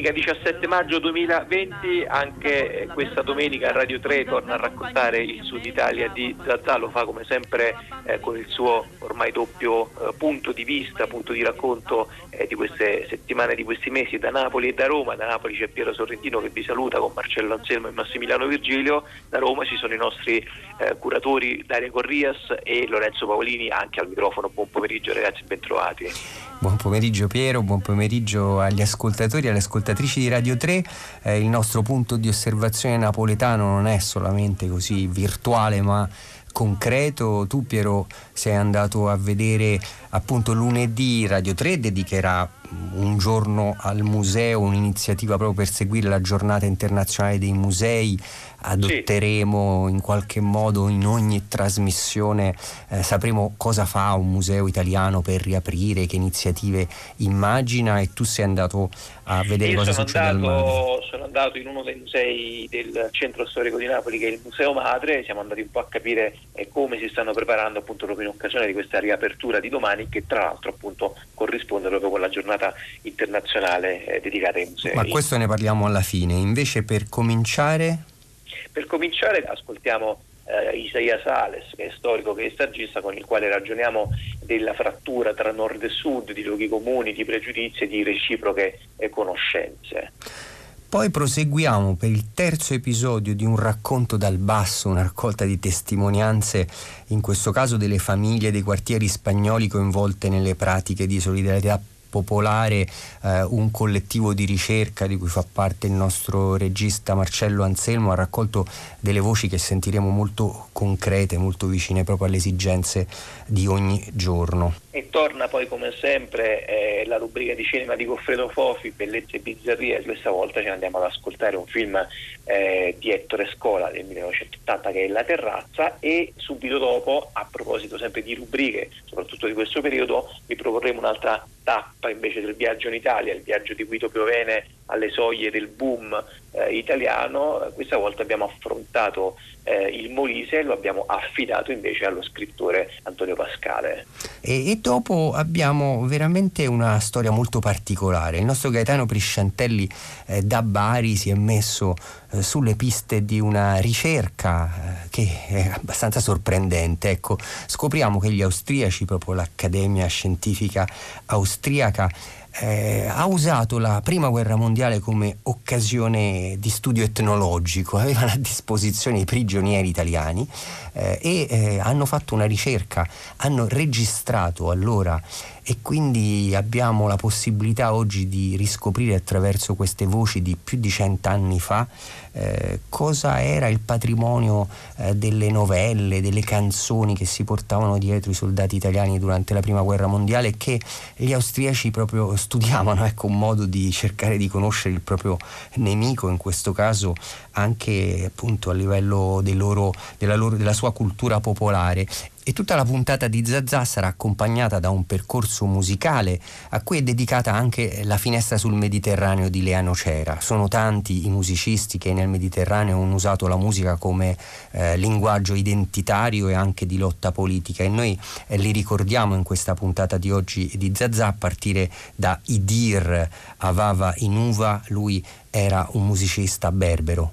Domenica 17 maggio 2020, anche questa domenica Radio 3 torna a raccontare il Sud Italia di Zazà, lo fa come sempre con il suo ormai doppio punto di vista, punto di racconto di queste settimane, di questi mesi, da Napoli e da Roma. Da Napoli c'è Piero Sorrentino che vi saluta con Marcello Anselmo e Massimiliano Virgilio, da Roma ci sono i nostri curatori Daria Corrias e Lorenzo Paolini anche al microfono. Buon pomeriggio ragazzi, bentrovati. Buon pomeriggio Piero, buon pomeriggio agli ascoltatori e alle ascoltatrici di Radio 3. Il nostro punto di osservazione napoletano non è solamente così virtuale ma concreto. Tu Piero sei andato a vedere appunto lunedì. Radio 3 dedicherà un giorno al museo, un'iniziativa proprio per seguire la giornata internazionale dei musei. Adotteremo in qualche modo in ogni trasmissione, sapremo cosa fa un museo italiano per riaprire, che iniziative immagina, e tu sei andato a vedere cosa succede al Madre. Sono andato in uno dei musei del centro storico di Napoli, che è il Museo Madre. Siamo andati un po' a capire come si stanno preparando appunto proprio in occasione di questa riapertura di domani, che tra l'altro appunto corrisponde proprio con la giornata internazionale dedicata ai musei. Ma questo ne parliamo alla fine. Invece per cominciare ascoltiamo Isaia Sales, che è storico, che è saggista, con il quale ragioniamo della frattura tra nord e sud, di luoghi comuni, di pregiudizi e di reciproche conoscenze. Poi proseguiamo per il terzo episodio di un racconto dal basso, una raccolta di testimonianze, in questo caso delle famiglie dei quartieri spagnoli coinvolte nelle pratiche di solidarietà popolare, un collettivo di ricerca di cui fa parte il nostro regista Marcello Anselmo. Ha raccolto delle voci che sentiremo molto concrete, molto vicine proprio alle esigenze di ogni giorno. E torna poi come sempre la rubrica di cinema di Goffredo Fofi, Bellezze e Bizzarrie. Questa volta ce ne andiamo ad ascoltare un film di Ettore Scola del 1980 che è La Terrazza, e subito dopo, a proposito sempre di rubriche, soprattutto di questo periodo, vi proporremo un'altra tappa invece del viaggio in Italia, il viaggio di Guido Piovene alle soglie del boom italiano. Questa volta abbiamo affrontato il Molise e lo abbiamo affidato invece allo scrittore Antonio Pascale. E dopo abbiamo veramente una storia molto particolare. Il nostro Gaetano Prisciantelli da Bari si è messo sulle piste di una ricerca che è abbastanza sorprendente. Ecco, scopriamo che gli austriaci, proprio l'Accademia Scientifica Austriaca, ha usato la prima guerra mondiale come occasione di studio etnologico. Avevano a disposizione i prigionieri italiani e hanno fatto una ricerca, hanno registrato allora, e quindi abbiamo la possibilità oggi di riscoprire attraverso queste voci di più di 100 anni fa cosa era il patrimonio delle novelle, delle canzoni che si portavano dietro i soldati italiani durante la prima guerra mondiale, che gli austriaci proprio studiavano. Ecco, un modo di cercare di conoscere il proprio nemico, in questo caso anche appunto a livello della sua cultura popolare. E tutta la puntata di Zazà sarà accompagnata da un percorso musicale a cui è dedicata anche La finestra sul Mediterraneo di Lea Nocera. Sono tanti i musicisti che nel Mediterraneo hanno usato la musica come linguaggio identitario e anche di lotta politica, e noi li ricordiamo in questa puntata di oggi di Zazà, a partire da Idir Avava Inuva. Lui era un musicista berbero.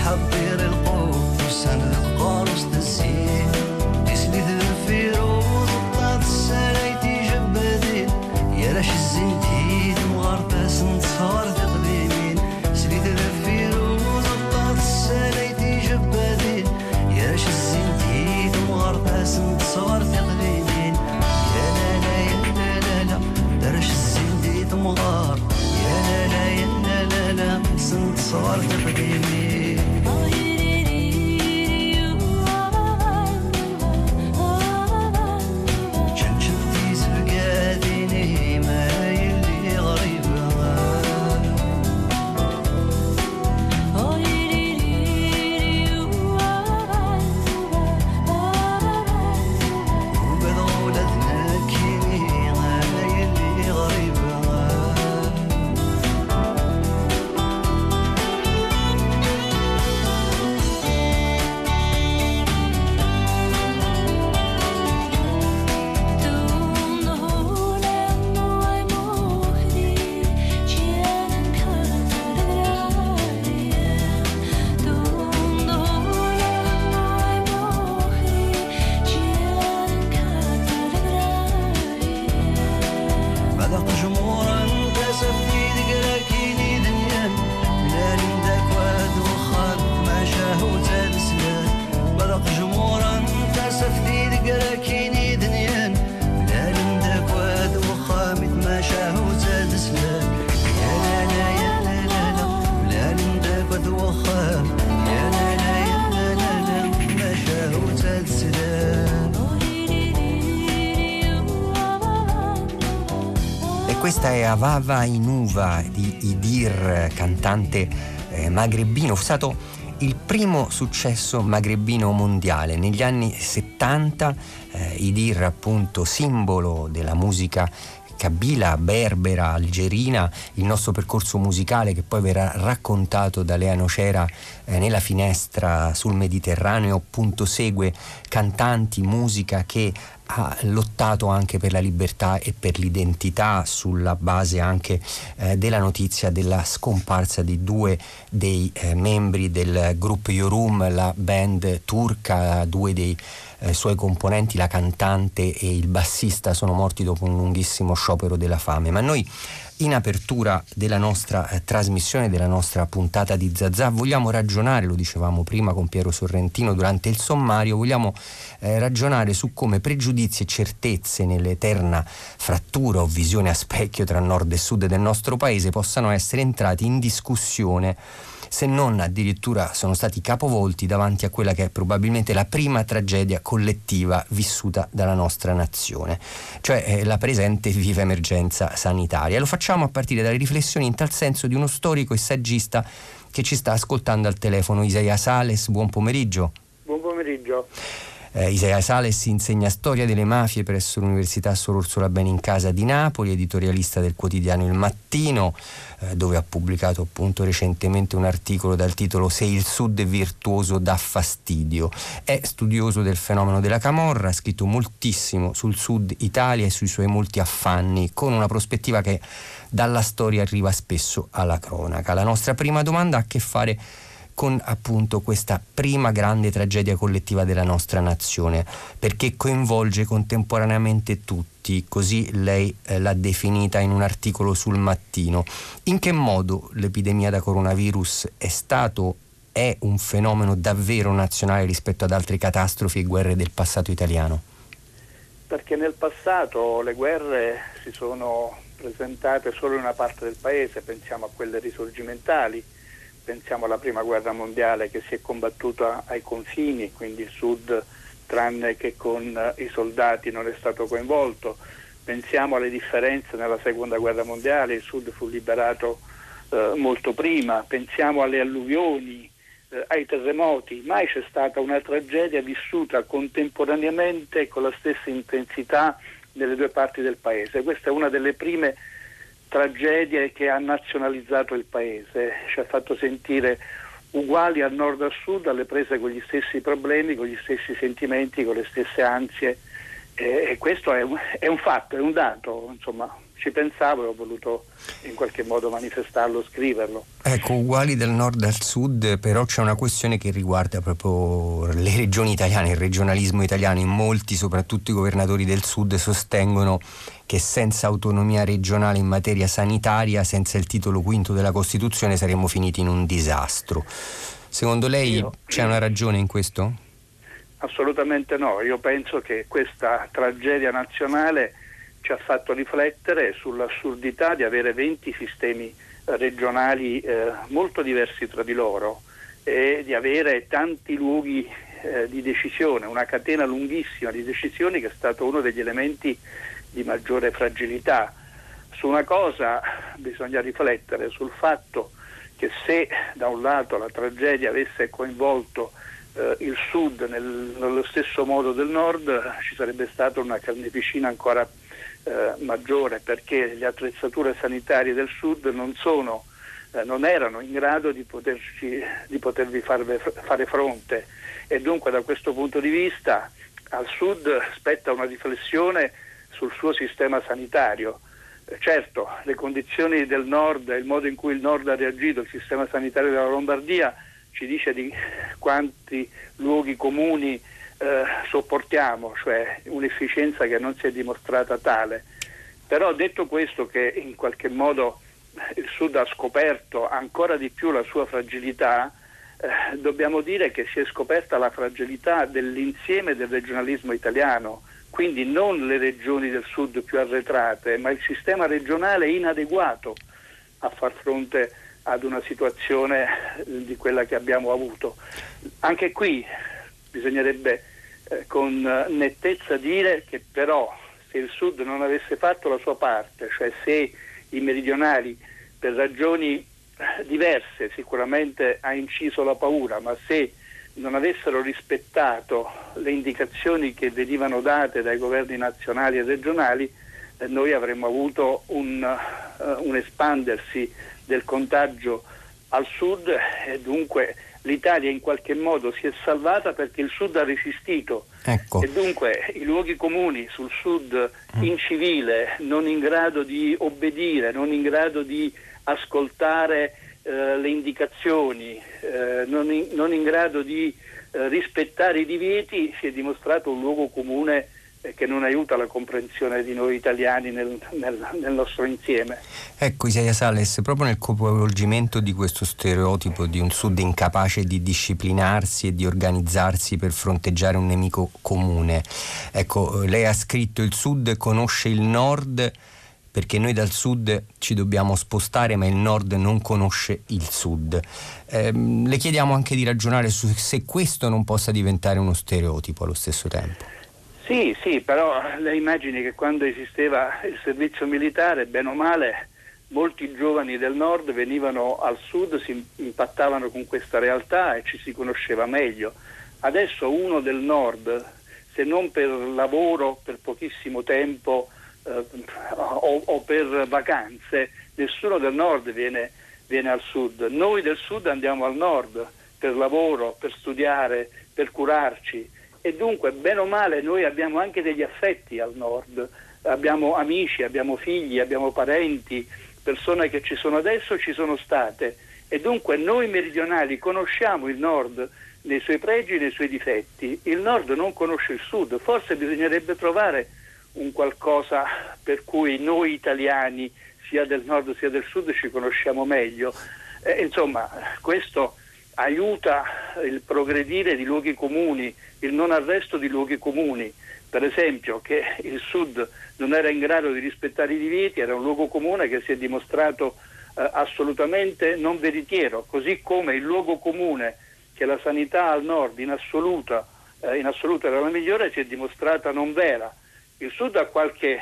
حبير القوت وسند قارص تسير تسلي الفيروز وطاط السلايتي جبادين يا لاش الزنتيد وغرباس نتصار تقديمين سليت الفيروز وطاط السلايتي جبادين يا لاش الزنتيد وغرباس نتصار تقديمين يا لا لا يا لا لا لا درش الزنتيد مغار يا لا لا يا لا لا لا نتصار تقديمين Questa è Avava Inuva di Idir, cantante magrebino. Fu stato il primo successo magrebino mondiale. Negli anni 70 Idir, appunto simbolo della musica kabila, berbera, algerina, il nostro percorso musicale che poi verrà raccontato da Lea Nocera nella Finestra sul Mediterraneo, appunto segue cantanti, musica che ha lottato anche per la libertà e per l'identità, sulla base anche della notizia della scomparsa di due dei membri del gruppo Yorum, la band turca. Due dei suoi componenti, la cantante e il bassista, sono morti dopo un lunghissimo sciopero della fame. Ma noi, in apertura della nostra trasmissione, della nostra puntata di Zazà, vogliamo ragionare, lo dicevamo prima con Piero Sorrentino durante il sommario, vogliamo ragionare su come pregiudizi e certezze nell'eterna frattura o visione a specchio tra nord e sud del nostro paese possano essere entrati in discussione, se non addirittura sono stati capovolti davanti a quella che è probabilmente la prima tragedia collettiva vissuta dalla nostra nazione, cioè la presente viva emergenza sanitaria. Lo facciamo a partire dalle riflessioni in tal senso di uno storico e saggista che ci sta ascoltando al telefono, Isaia Sales. Buon pomeriggio. Buon pomeriggio. Isaia Sales insegna storia delle mafie presso l'Università Sor Orsola Benincasa di Napoli, editorialista del quotidiano Il Mattino, dove ha pubblicato appunto recentemente un articolo dal titolo "Se il Sud è virtuoso dà fastidio". È studioso del fenomeno della camorra, ha scritto moltissimo sul Sud Italia e sui suoi molti affanni, con una prospettiva che dalla storia arriva spesso alla cronaca. La nostra prima domanda ha a che fare con appunto questa prima grande tragedia collettiva della nostra nazione, perché coinvolge contemporaneamente tutti, così lei l'ha definita in un articolo sul Mattino. In che modo l'epidemia da coronavirus è un fenomeno davvero nazionale rispetto ad altre catastrofi e guerre del passato italiano? Perché nel passato le guerre si sono presentate solo in una parte del paese, pensiamo a quelle risorgimentali. Pensiamo alla prima guerra mondiale che si è combattuta ai confini, quindi il sud, tranne che con i soldati, non è stato coinvolto. Pensiamo alle differenze nella seconda guerra mondiale, il sud fu liberato molto prima. Pensiamo alle alluvioni, ai terremoti. Mai c'è stata una tragedia vissuta contemporaneamente con la stessa intensità nelle due parti del paese. Questa è una delle prime tragedie che ha nazionalizzato il paese, ci ha fatto sentire uguali al nord e al sud, alle prese con gli stessi problemi, con gli stessi sentimenti, con le stesse ansie, e questo è un fatto, è un dato, insomma. ci pensavo e ho voluto in qualche modo manifestarlo, scriverlo. Ecco, uguali dal nord al sud, però c'è una questione che riguarda proprio le regioni italiane, il regionalismo italiano. In molti, soprattutto i governatori del sud, sostengono che senza autonomia regionale in materia sanitaria, senza il titolo quinto della Costituzione, saremmo finiti in un disastro. Secondo lei c'è una ragione in questo? Assolutamente no, io penso che questa tragedia nazionale ci ha fatto riflettere sull'assurdità di avere 20 sistemi regionali molto diversi tra di loro e di avere tanti luoghi di decisione, una catena lunghissima di decisioni che è stato uno degli elementi di maggiore fragilità. Su una cosa bisogna riflettere, sul fatto che se da un lato la tragedia avesse coinvolto il sud nello stesso modo del nord, ci sarebbe stata una carneficina ancora maggiore, perché le attrezzature sanitarie del sud non erano in grado di potervi fare fronte, e dunque da questo punto di vista al sud spetta una riflessione sul suo sistema sanitario. Certo, le condizioni del nord e il modo in cui il nord ha reagito, il sistema sanitario della Lombardia ci dice di quanti luoghi comuni sopportiamo, cioè un'efficienza che non si è dimostrata tale. Però detto questo, che in qualche modo il Sud ha scoperto ancora di più la sua fragilità, dobbiamo dire che si è scoperta la fragilità dell'insieme del regionalismo italiano, quindi non le regioni del Sud più arretrate, ma il sistema regionale inadeguato a far fronte ad una situazione di quella che abbiamo avuto. Anche qui bisognerebbe con nettezza dire che però se il Sud non avesse fatto la sua parte, cioè se i meridionali per ragioni diverse sicuramente ha inciso la paura, ma se non avessero rispettato le indicazioni che venivano date dai governi nazionali e regionali, noi avremmo avuto un espandersi del contagio al sud, e dunque l'Italia in qualche modo si è salvata perché il sud ha resistito. Ecco. E dunque i luoghi comuni sul sud incivile, non in grado di obbedire, non in grado di ascoltare le indicazioni, non in grado di rispettare i divieti, si è dimostrato un luogo comune che non aiuta la comprensione di noi italiani nel nostro insieme. Ecco, Isaia Sales, proprio nel coinvolgimento di questo stereotipo di un Sud incapace di disciplinarsi e di organizzarsi per fronteggiare un nemico comune, ecco, lei ha scritto: il Sud conosce il Nord perché noi dal Sud ci dobbiamo spostare, ma il Nord non conosce il Sud. Le chiediamo anche di ragionare su se questo non possa diventare uno stereotipo allo stesso tempo. Sì, però lei immagini che quando esisteva il servizio militare, bene o male, molti giovani del nord venivano al sud, si impattavano con questa realtà e ci si conosceva meglio. Adesso uno del nord, se non per lavoro, per pochissimo tempo o per vacanze, nessuno del nord viene al sud. Noi del sud andiamo al nord per lavoro, per studiare, per curarci. E dunque, bene o male, noi abbiamo anche degli affetti al nord, abbiamo amici, abbiamo figli, abbiamo parenti, persone che ci sono adesso, ci sono state, e dunque noi meridionali conosciamo il nord nei suoi pregi e nei suoi difetti. Il nord non conosce il sud, forse bisognerebbe trovare un qualcosa per cui noi italiani, sia del nord sia del sud, ci conosciamo meglio. Insomma, questo aiuta il progredire di luoghi comuni, il non arresto di luoghi comuni. Per esempio, che il Sud non era in grado di rispettare i divieti era un luogo comune che si è dimostrato assolutamente non veritiero, così come il luogo comune che la sanità al Nord in assoluto era la migliore si è dimostrata non vera. Il Sud ha qualche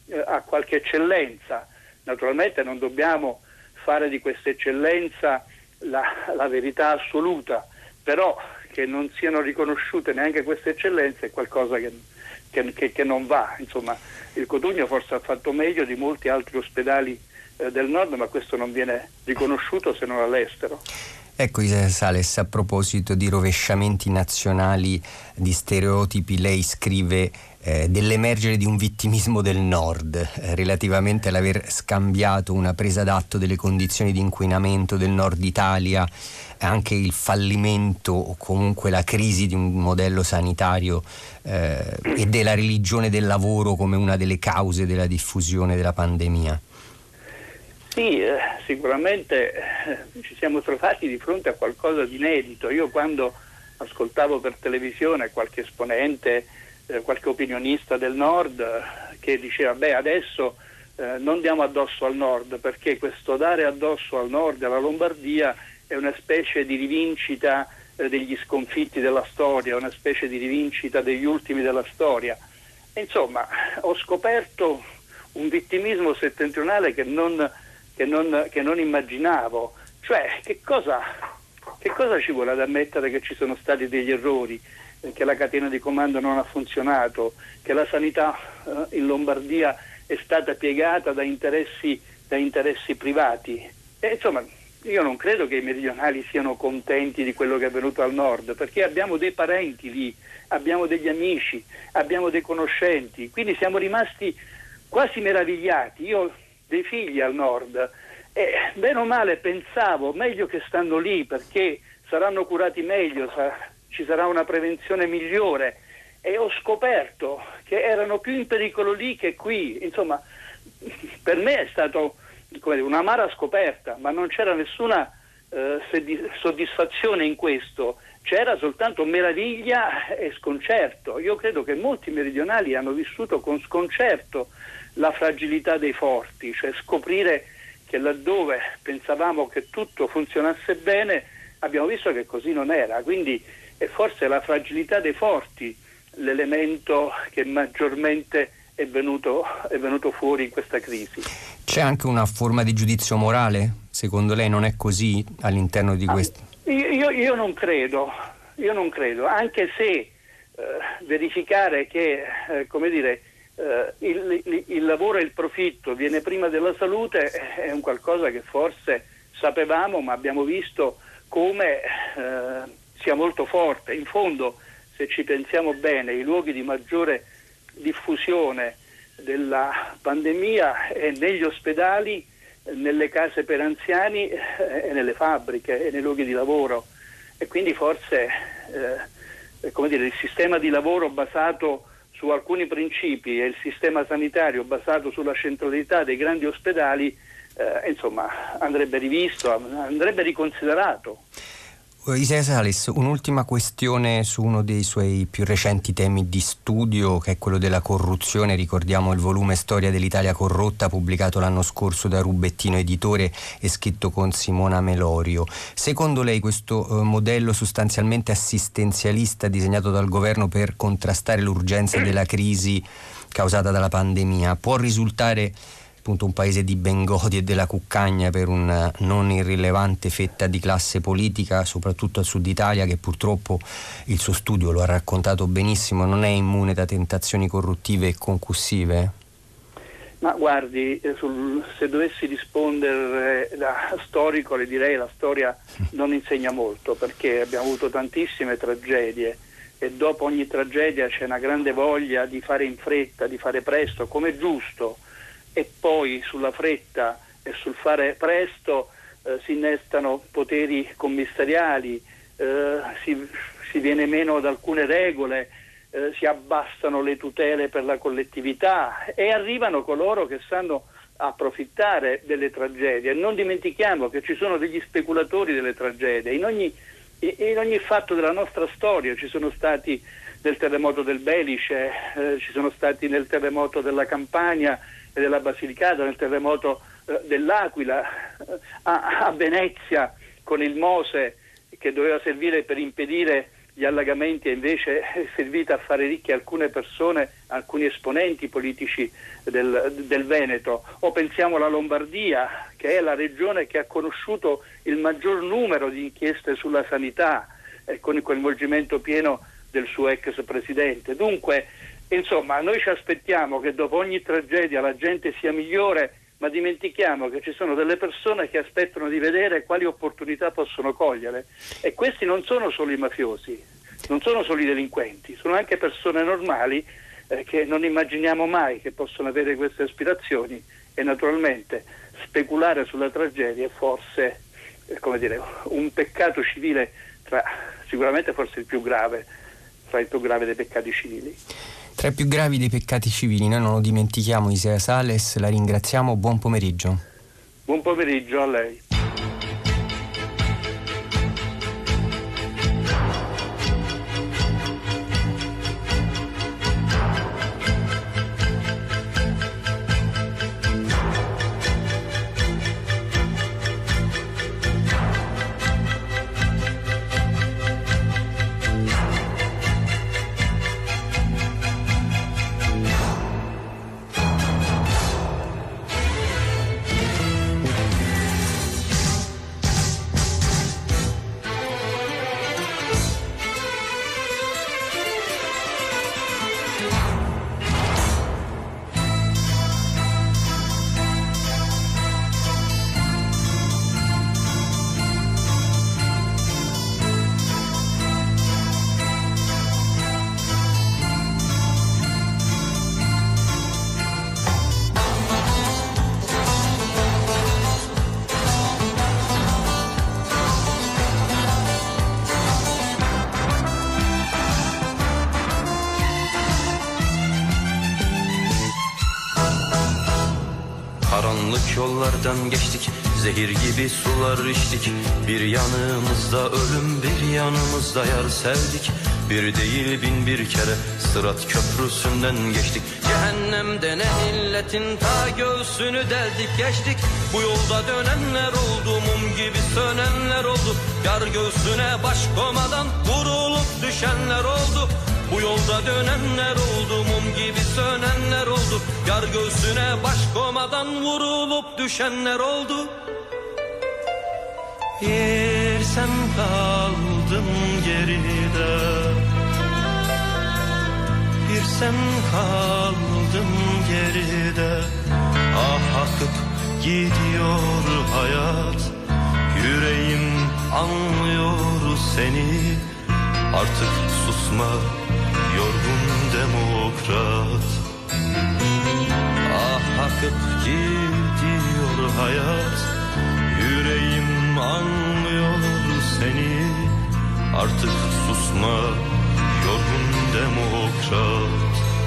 eccellenza, naturalmente non dobbiamo fare di questa eccellenza la verità assoluta, però che non siano riconosciute neanche queste eccellenze è qualcosa che non va. Insomma, il Cotugno forse ha fatto meglio di molti altri ospedali del nord, ma questo non viene riconosciuto se non all'estero. Ecco, Isaia Sales, a proposito di rovesciamenti nazionali, di stereotipi, lei scrive: dell'emergere di un vittimismo del nord relativamente all'aver scambiato una presa d'atto delle condizioni di inquinamento del nord Italia, anche il fallimento o comunque la crisi di un modello sanitario e della religione del lavoro come una delle cause della diffusione della pandemia. Sì, sicuramente ci siamo trovati di fronte a qualcosa di inedito. Io quando ascoltavo per televisione qualche esponente, qualche opinionista del nord che diceva adesso non diamo addosso al nord, perché questo dare addosso al nord e alla Lombardia è una specie di rivincita degli sconfitti della storia, una specie di rivincita degli ultimi della storia. E insomma, ho scoperto un vittimismo settentrionale che non immaginavo. Cioè, che cosa ci vuole ad ammettere che ci sono stati degli errori, che la catena di comando non ha funzionato, che la sanità in Lombardia è stata piegata da interessi privati? E insomma, io non credo che i meridionali siano contenti di quello che è avvenuto al nord, perché abbiamo dei parenti lì, abbiamo degli amici, abbiamo dei conoscenti, quindi siamo rimasti quasi meravigliati. Io ho dei figli al nord e bene o male pensavo meglio che stanno lì, perché saranno curati meglio, ci sarà una prevenzione migliore, e ho scoperto che erano più in pericolo lì che qui. Insomma, per me è stato un'amara scoperta, ma non c'era nessuna soddisfazione in questo, c'era soltanto meraviglia e sconcerto. Io credo che molti meridionali hanno vissuto con sconcerto la fragilità dei forti, cioè scoprire che laddove pensavamo che tutto funzionasse bene abbiamo visto che così non era. Quindi è forse la fragilità dei forti l'elemento che maggiormente è venuto fuori in questa crisi. C'è anche una forma di giudizio morale? Secondo lei non è così all'interno di questo? Io non credo, anche se verificare che il lavoro e il profitto viene prima della salute è un qualcosa che forse sapevamo, ma abbiamo visto come sia molto forte. In fondo, se ci pensiamo bene, i luoghi di maggiore diffusione della pandemia è negli ospedali, nelle case per anziani e nelle fabbriche e nei luoghi di lavoro, e quindi forse il sistema di lavoro basato su alcuni principi e il sistema sanitario basato sulla centralità dei grandi ospedali andrebbe rivisto, andrebbe riconsiderato. Isaia Sales, un'ultima questione su uno dei suoi più recenti temi di studio, che è quello della corruzione. Ricordiamo il volume Storia dell'Italia corrotta, pubblicato l'anno scorso da Rubettino Editore e scritto con Simona Melorio. Secondo lei questo modello sostanzialmente assistenzialista disegnato dal governo per contrastare l'urgenza della crisi causata dalla pandemia può risultare appunto un paese di Bengodi e della cuccagna per una non irrilevante fetta di classe politica, soprattutto al sud Italia, che purtroppo, il suo studio lo ha raccontato benissimo, non è immune da tentazioni corruttive e concussive? Ma guardi, se dovessi rispondere da storico, le direi la storia non insegna molto, perché abbiamo avuto tantissime tragedie e dopo ogni tragedia c'è una grande voglia di fare in fretta, di fare presto, come è giusto. E poi sulla fretta e sul fare presto si innestano poteri commissariali, si viene meno ad alcune regole, si abbassano le tutele per la collettività e arrivano coloro che sanno approfittare delle tragedie. Non dimentichiamo che ci sono degli speculatori delle tragedie. In ogni fatto della nostra storia ci sono stati nel terremoto del Belice, ci sono stati nel terremoto della Campania e della Basilicata, nel terremoto dell'Aquila, a Venezia con il Mose che doveva servire per impedire gli allagamenti e invece è servita a fare ricche alcune persone, alcuni esponenti politici del Veneto. O pensiamo alla Lombardia, che è la regione che ha conosciuto il maggior numero di inchieste sulla sanità, con il coinvolgimento pieno del suo ex presidente. Dunque, insomma, noi ci aspettiamo che dopo ogni tragedia la gente sia migliore, ma dimentichiamo che ci sono delle persone che aspettano di vedere quali opportunità possono cogliere, e questi non sono solo i mafiosi, non sono solo i delinquenti, sono anche persone normali che non immaginiamo mai che possono avere queste aspirazioni, e naturalmente speculare sulla tragedia è forse un peccato civile, sicuramente forse il più grave, tra il più grave dei peccati civili. Tra i più gravi dei peccati civili, noi non lo dimentichiamo. Isaiah Sales, la ringraziamo, buon pomeriggio. Buon pomeriggio a lei. Karanlık yollardan geçtik, zehir gibi sular içtik. Bir yanımızda ölüm, bir yanımızda yar sevdik. Bir değil bin bir kere Sırat köprüsünden geçtik. Cehennemde ne illetin ta göğsünü deldik geçtik. Bu yolda dönenler oldu, mum gibi sönenler oldu. Yar göğsüne baş koymadan vurulup düşenler oldu. Bu yolda dönenler oldu, mum gibi sönenler oldu. Yar göğsüne baş koymadan vurulup düşenler oldu. Bir sen kaldın geride, bir sen kaldın geride. Ah akıp gidiyor hayat, yüreğim anlıyor seni. Artık susma yorgun demokrat. Ah akıp gidiyor hayat, yüreğim anlıyor seni. Artık susma yorgun demokrat.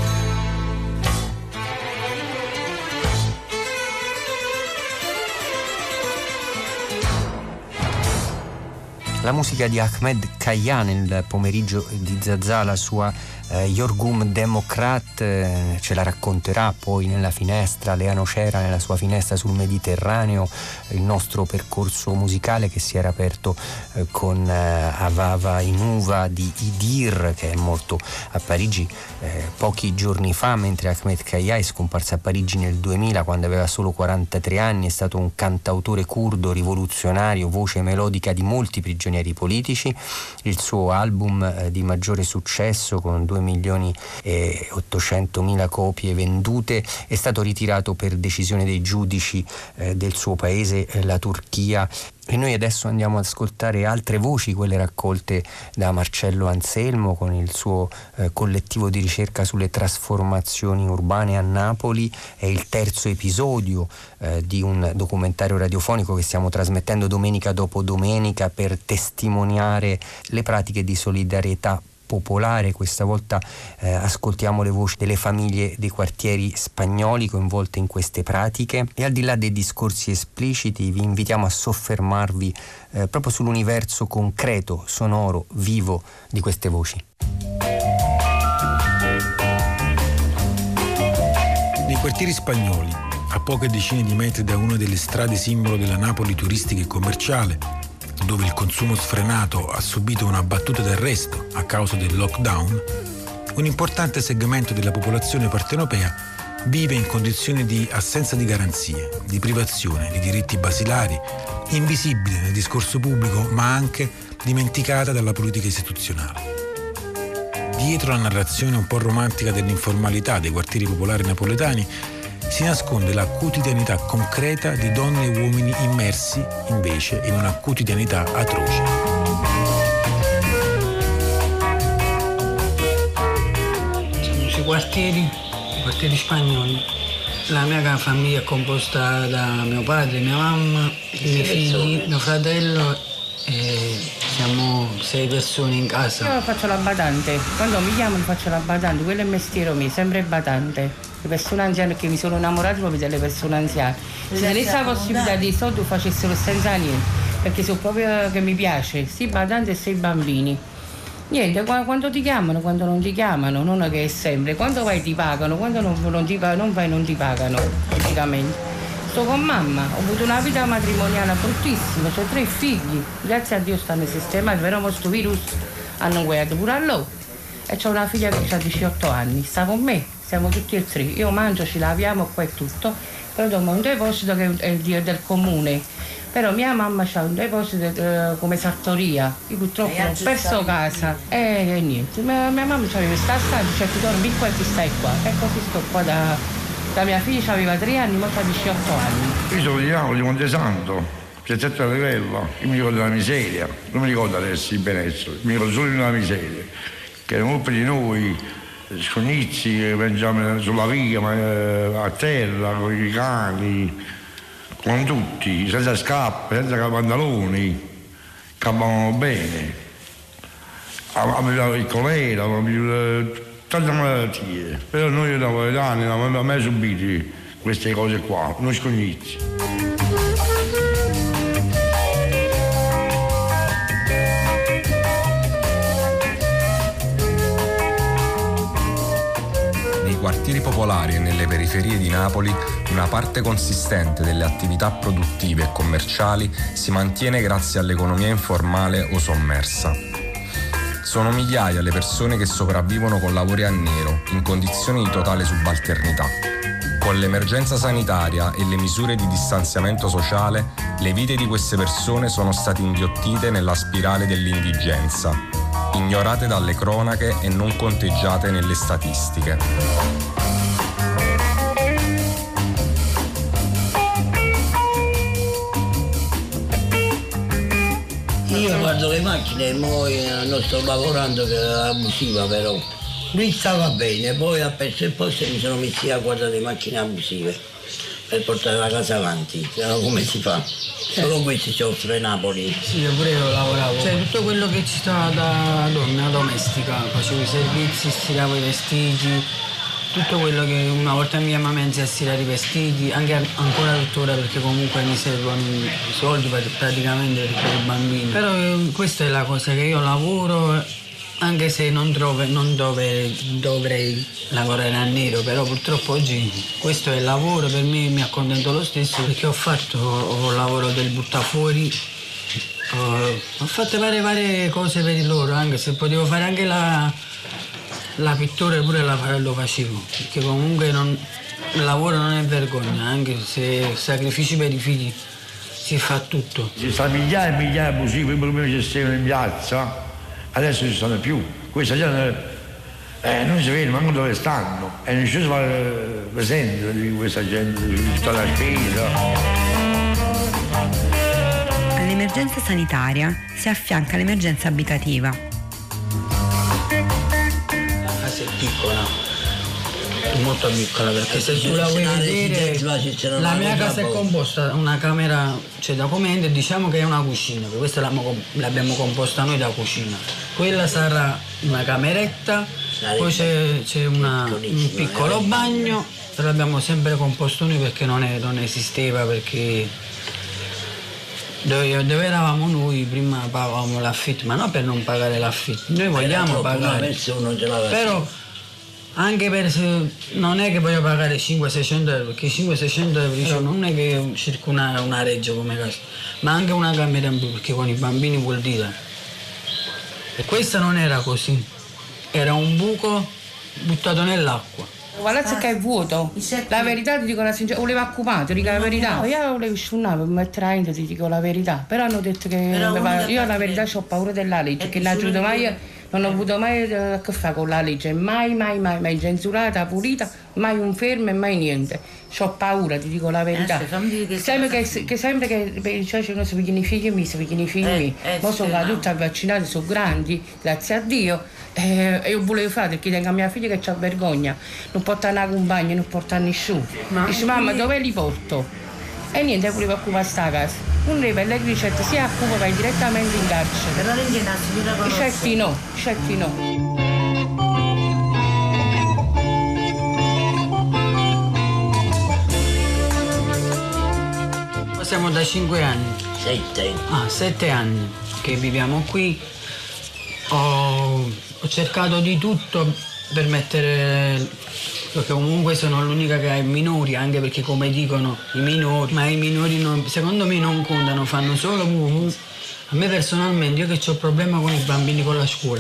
La musica di Ahmed Kaya nel pomeriggio di Zazà, la sua Yorgum Democrat, ce la racconterà poi nella finestra. Lea Nocera nella sua finestra sul Mediterraneo, il nostro percorso musicale che si era aperto con Avava Inuva di Idir, che è morto a Parigi pochi giorni fa, mentre Ahmed Kaya è scomparso a Parigi nel 2000 quando aveva solo 43 anni. È stato un cantautore curdo rivoluzionario, voce melodica di molti prigionieri politici. Il suo album di maggiore successo, con 2.800.000 copie vendute, è stato ritirato per decisione dei giudici del suo paese, la Turchia. E noi adesso andiamo ad ascoltare altre voci, quelle raccolte da Marcello Anselmo con il suo collettivo di ricerca sulle trasformazioni urbane a Napoli. È il terzo episodio di un documentario radiofonico che stiamo trasmettendo domenica dopo domenica per testimoniare le pratiche di solidarietà popolare. Questa volta ascoltiamo le voci delle famiglie dei quartieri spagnoli coinvolte in queste pratiche, e al di là dei discorsi espliciti vi invitiamo a soffermarvi proprio sull'universo concreto, sonoro, vivo di queste voci. Nei quartieri spagnoli, a poche decine di metri da una delle strade simbolo della Napoli turistica e commerciale, dove il consumo sfrenato ha subito una battuta d'arresto a causa del lockdown, un importante segmento della popolazione partenopea vive in condizioni di assenza di garanzie, di privazione di diritti basilari, invisibile nel discorso pubblico ma anche dimenticata dalla politica istituzionale. Dietro la narrazione un po' romantica dell'informalità dei quartieri popolari napoletani si nasconde la quotidianità concreta di donne e uomini immersi, invece, in una quotidianità atroce. Sono questi quartieri spagnoli. La mia famiglia è composta da mio padre, mia mamma, i miei figli, mio fratello e siamo 6 persone in casa. Io faccio la badante, quando mi chiamo faccio la badante, quello è il mestiere mio, sempre badante. Le persone anziane, perché mi sono innamorata proprio delle persone anziane. Se tenesse la possibilità di soldi facessero senza niente, perché so proprio che mi piace, sia i badanti sia i bambini. Niente, quando ti chiamano, quando non ti chiamano, non è che è sempre. Quando vai ti pagano, quando non vai non ti pagano, praticamente. Sto con mamma, ho avuto una vita matrimoniale bruttissima, ho 3 figli, grazie a Dio stanno sistemati, però questo virus hanno guardato pure a loro. E c'ho una figlia che ha 18 anni, sta con me, siamo tutti e 3. Io mangio, ci laviamo qua e tutto, però dopo un deposito che è del comune. Però mia mamma ha un deposito come sartoria, io purtroppo ho perso casa e niente. Mia mamma aveva questa stanza, cioè tu dormi qua e ti stai qua. E così sto qua da mia figlia, aveva 3 anni, ora ha 18 anni. Io sono di Napoli, di Montesanto, piazzetta della Rivella, io mi ricordo della miseria, non mi ricordo adesso il benessere, mi ricordo solo della miseria, che erano molti di noi, scognizi, che mangiavamo sulla via, a terra, con i cani, con tutti, senza scarpe, senza pantaloni, campavano bene, avevamo il colera, tante malattie, però noi napoletani non abbiamo mai subito queste cose qua, noi scognizi. Nei quartieri popolari e nelle periferie di Napoli una parte consistente delle attività produttive e commerciali si mantiene grazie all'economia informale o sommersa. Sono migliaia le persone che sopravvivono con lavori a nero, in condizioni di totale subalternità. Con l'emergenza sanitaria e le misure di distanziamento sociale, le vite di queste persone sono state inghiottite nella spirale dell'indigenza, ignorate dalle cronache e non conteggiate nelle statistiche. Io guardo le macchine e non sto lavorando, che è abusiva però. Lui stava bene, poi ha perso il posto e mi sono messi a guardare le macchine abusive per portare la casa avanti, se no come si fa? Solo questi ci offre Napoli. Sì, pure io lavoravo. Cioè tutto quello che ci stava da donna domestica, facevo i servizi, stiravo i vestiti, tutto quello che una volta mia mamma mi a stirare i vestiti, anche ancora tuttora perché comunque mi servono i soldi praticamente per i bambini. Però questa è la cosa che io lavoro, anche se non dovrei lavorare a nero, però purtroppo oggi questo è il lavoro, per me mi accontento lo stesso perché ho fatto lavoro del buttafuori, ho fatto varie cose per loro, anche se potevo fare anche la pittura pure lo facevo, perché comunque il lavoro non è vergogna, anche se sacrifici per i figli si fa tutto. Ci sono migliaia e migliaia di abusivi, i problemi che gestivano in piazza, adesso non ci sono più. Questa gente non si vede manco dove stanno e non ci si fa presente di questa gente, di tutta la spesa. All'emergenza sanitaria si affianca l'emergenza abitativa. È piccola, molto piccola, perché se tu la vuoi vedere la mia casa è composta una camera, cioè da comende, diciamo che è una cucina, perché questa l'abbiamo composta noi da cucina, quella sarà una cameretta, poi c'è un piccolo bagno, però l'abbiamo sempre composto noi perché non esisteva, perché dove eravamo noi prima pagavamo l'affitto, ma non per non pagare l'affitto, noi vogliamo pagare, però anche per se non è che voglio pagare 500-600 euro, perché 500-600 euro non è che cerco una reggio come casa, ma anche una camera in più, perché con i bambini vuol dire. E questa non era così, era un buco buttato nell'acqua. Palazzo che è vuoto, la verità ti dico la sincerità, volevo occupato, dico la verità. Io volevo sciunare per mettere in, ti dico la verità, però hanno detto che io la verità ho paura della legge, che non ho avuto mai a che fare con la legge, mai censurata, pulita, mai un fermo e mai niente. C'ho paura, ti dico la verità. Sempre che cioè, non si pigliano i figli miei, ora sono tutti vaccinati, sono grandi, grazie a Dio. E io volevo fare perché tengo a mia figlia che c'ha vergogna, non porta una compagna, non porta nessuno. Dice mamma dove li porto? E niente, volevo occupare sta casa. Un re per le ricette sia a Cuba vai direttamente in carcere. Però non certi no. Siamo da 5 anni. 7 anni che viviamo qui. Ho cercato di tutto per mettere, perché comunque sono l'unica che ha i minori, anche perché come dicono i minori, ma i minori secondo me non contano, fanno solo a me personalmente, io che ho problema con i bambini con la scuola.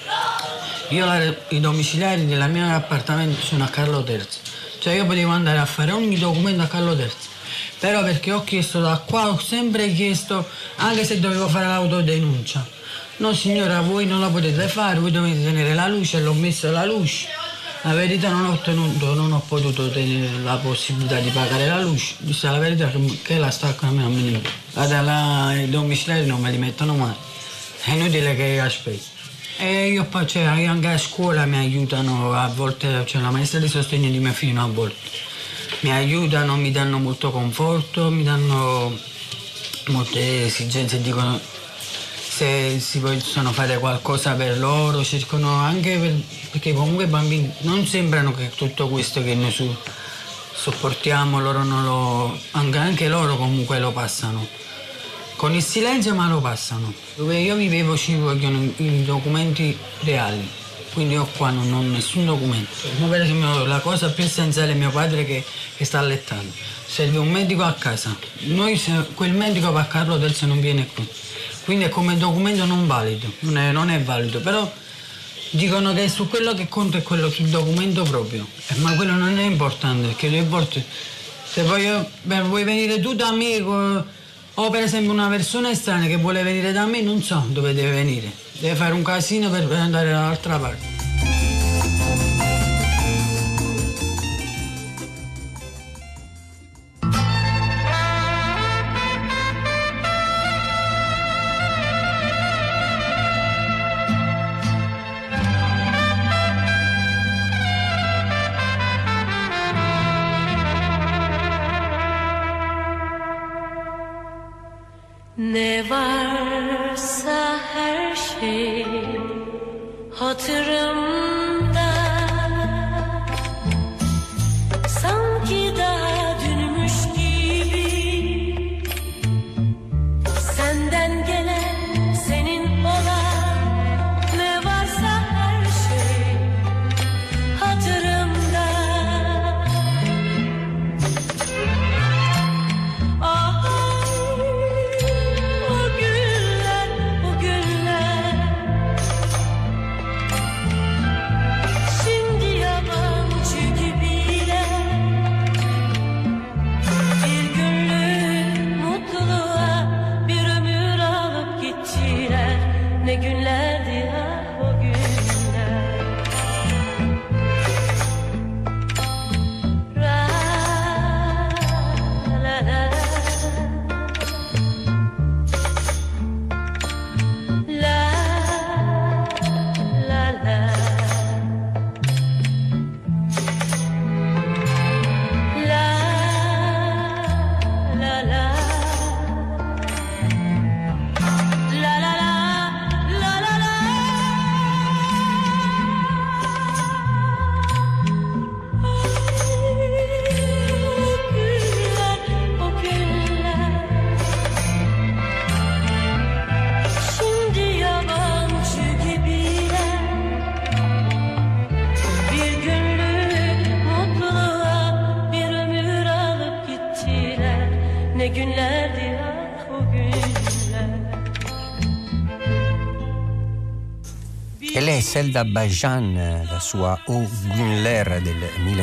I domiciliari del mio appartamento sono a Carlo Terzi, cioè io potevo andare a fare ogni documento a Carlo Terzi. Però perché ho chiesto da qua, ho sempre chiesto, anche se dovevo fare l'autodenuncia. No signora, voi non la potete fare, voi dovete tenere la luce, l'ho messo la luce. La verità non ho potuto tenere la possibilità di pagare la luce. Disse la verità che la stacco a me non mi limita. I domiciliari non me li mettono mai. È inutile che aspetti. E io poi anche a scuola mi aiutano, a volte la maestra di sostegno di mio figlio a volte. Mi aiutano, mi danno molto conforto, mi danno molte esigenze, dicono se si possono fare qualcosa per loro, cercano anche perché comunque i bambini non sembrano che tutto questo che noi sopportiamo, loro non lo, anche loro comunque lo passano. Con il silenzio ma lo passano. Dove io vivevo ci vogliono i documenti reali. Quindi io qua non ho nessun documento. Per esempio la cosa più essenziale è mio padre che sta allettando. Serve un medico a casa. Quel medico a Carlo Terzi non viene qui. Quindi è come documento non valido, non è valido. Però dicono che su quello che conta è quello sul documento proprio. Ma quello non è importante, perché se vuoi venire tu da me, o per esempio una persona estranea che vuole venire da me, non so dove deve venire. Deve fare un casino per andare dall'altra parte. Ne varsa her şey hatırımda, sanki daha dünmüş gibi, senden gelen senin olan, ne varsa her şey hatırımda. E lei è Selda Bajan, la sua O Günler del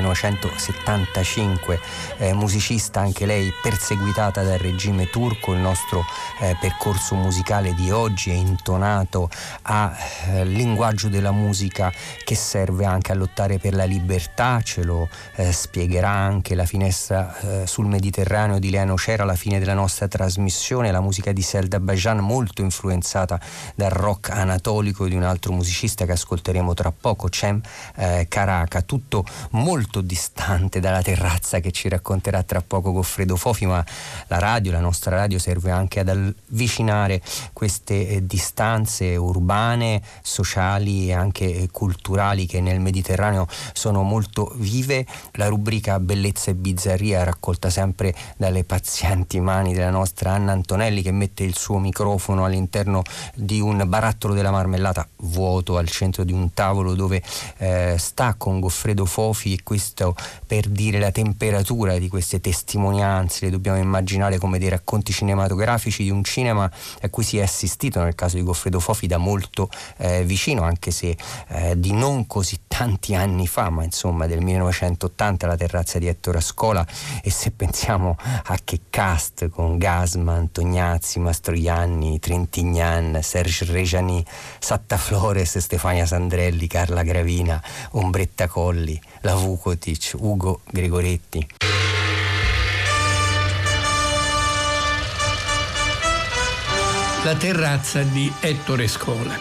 1975, musicista anche lei perseguitata dal regime turco. Il nostro percorso musicale di oggi è intonato a linguaggio della musica che serve anche a lottare per la libertà. Ce lo spiegherà anche La finestra sul Mediterraneo di Lea Nocera alla fine della nostra trasmissione. La musica di Selda Bajan molto influenzata dal rock anatolico di un altro musicista che ascolteremo tra poco, Cem Karaca, tutto molto distante dalla terrazza che ci racconterà tra poco Goffredo Fofi, ma la radio, la nostra radio, serve anche ad avvicinare queste distanze urbane, sociali e anche culturali che nel Mediterraneo sono molto vive. La rubrica Bellezza e Bizzarria, raccolta sempre dalle pazienti mani della nostra Anna Antonelli, che mette il suo microfono all'interno di un barattolo della marmellata vuoto al centro di un tavolo dove sta con Goffredo Fofi, e questo per dire la temperatura di queste testimonianze. Le dobbiamo immaginare come dei racconti cinematografici di un cinema a cui si è assistito nel caso di Goffredo Fofi da molto vicino, anche se di non così tanti anni fa, ma insomma del 1980, La terrazza di Ettore Ascola. E se pensiamo a che cast, con Gasman, Tognazzi, Mastroianni, Trintignan, Serge Reggiani, Satta Flores, Stefania Sandrelli, Carla Gravina, Ombretta Colli, la Vukotic, Ugo Gregoretti. La terrazza di Ettore Scola.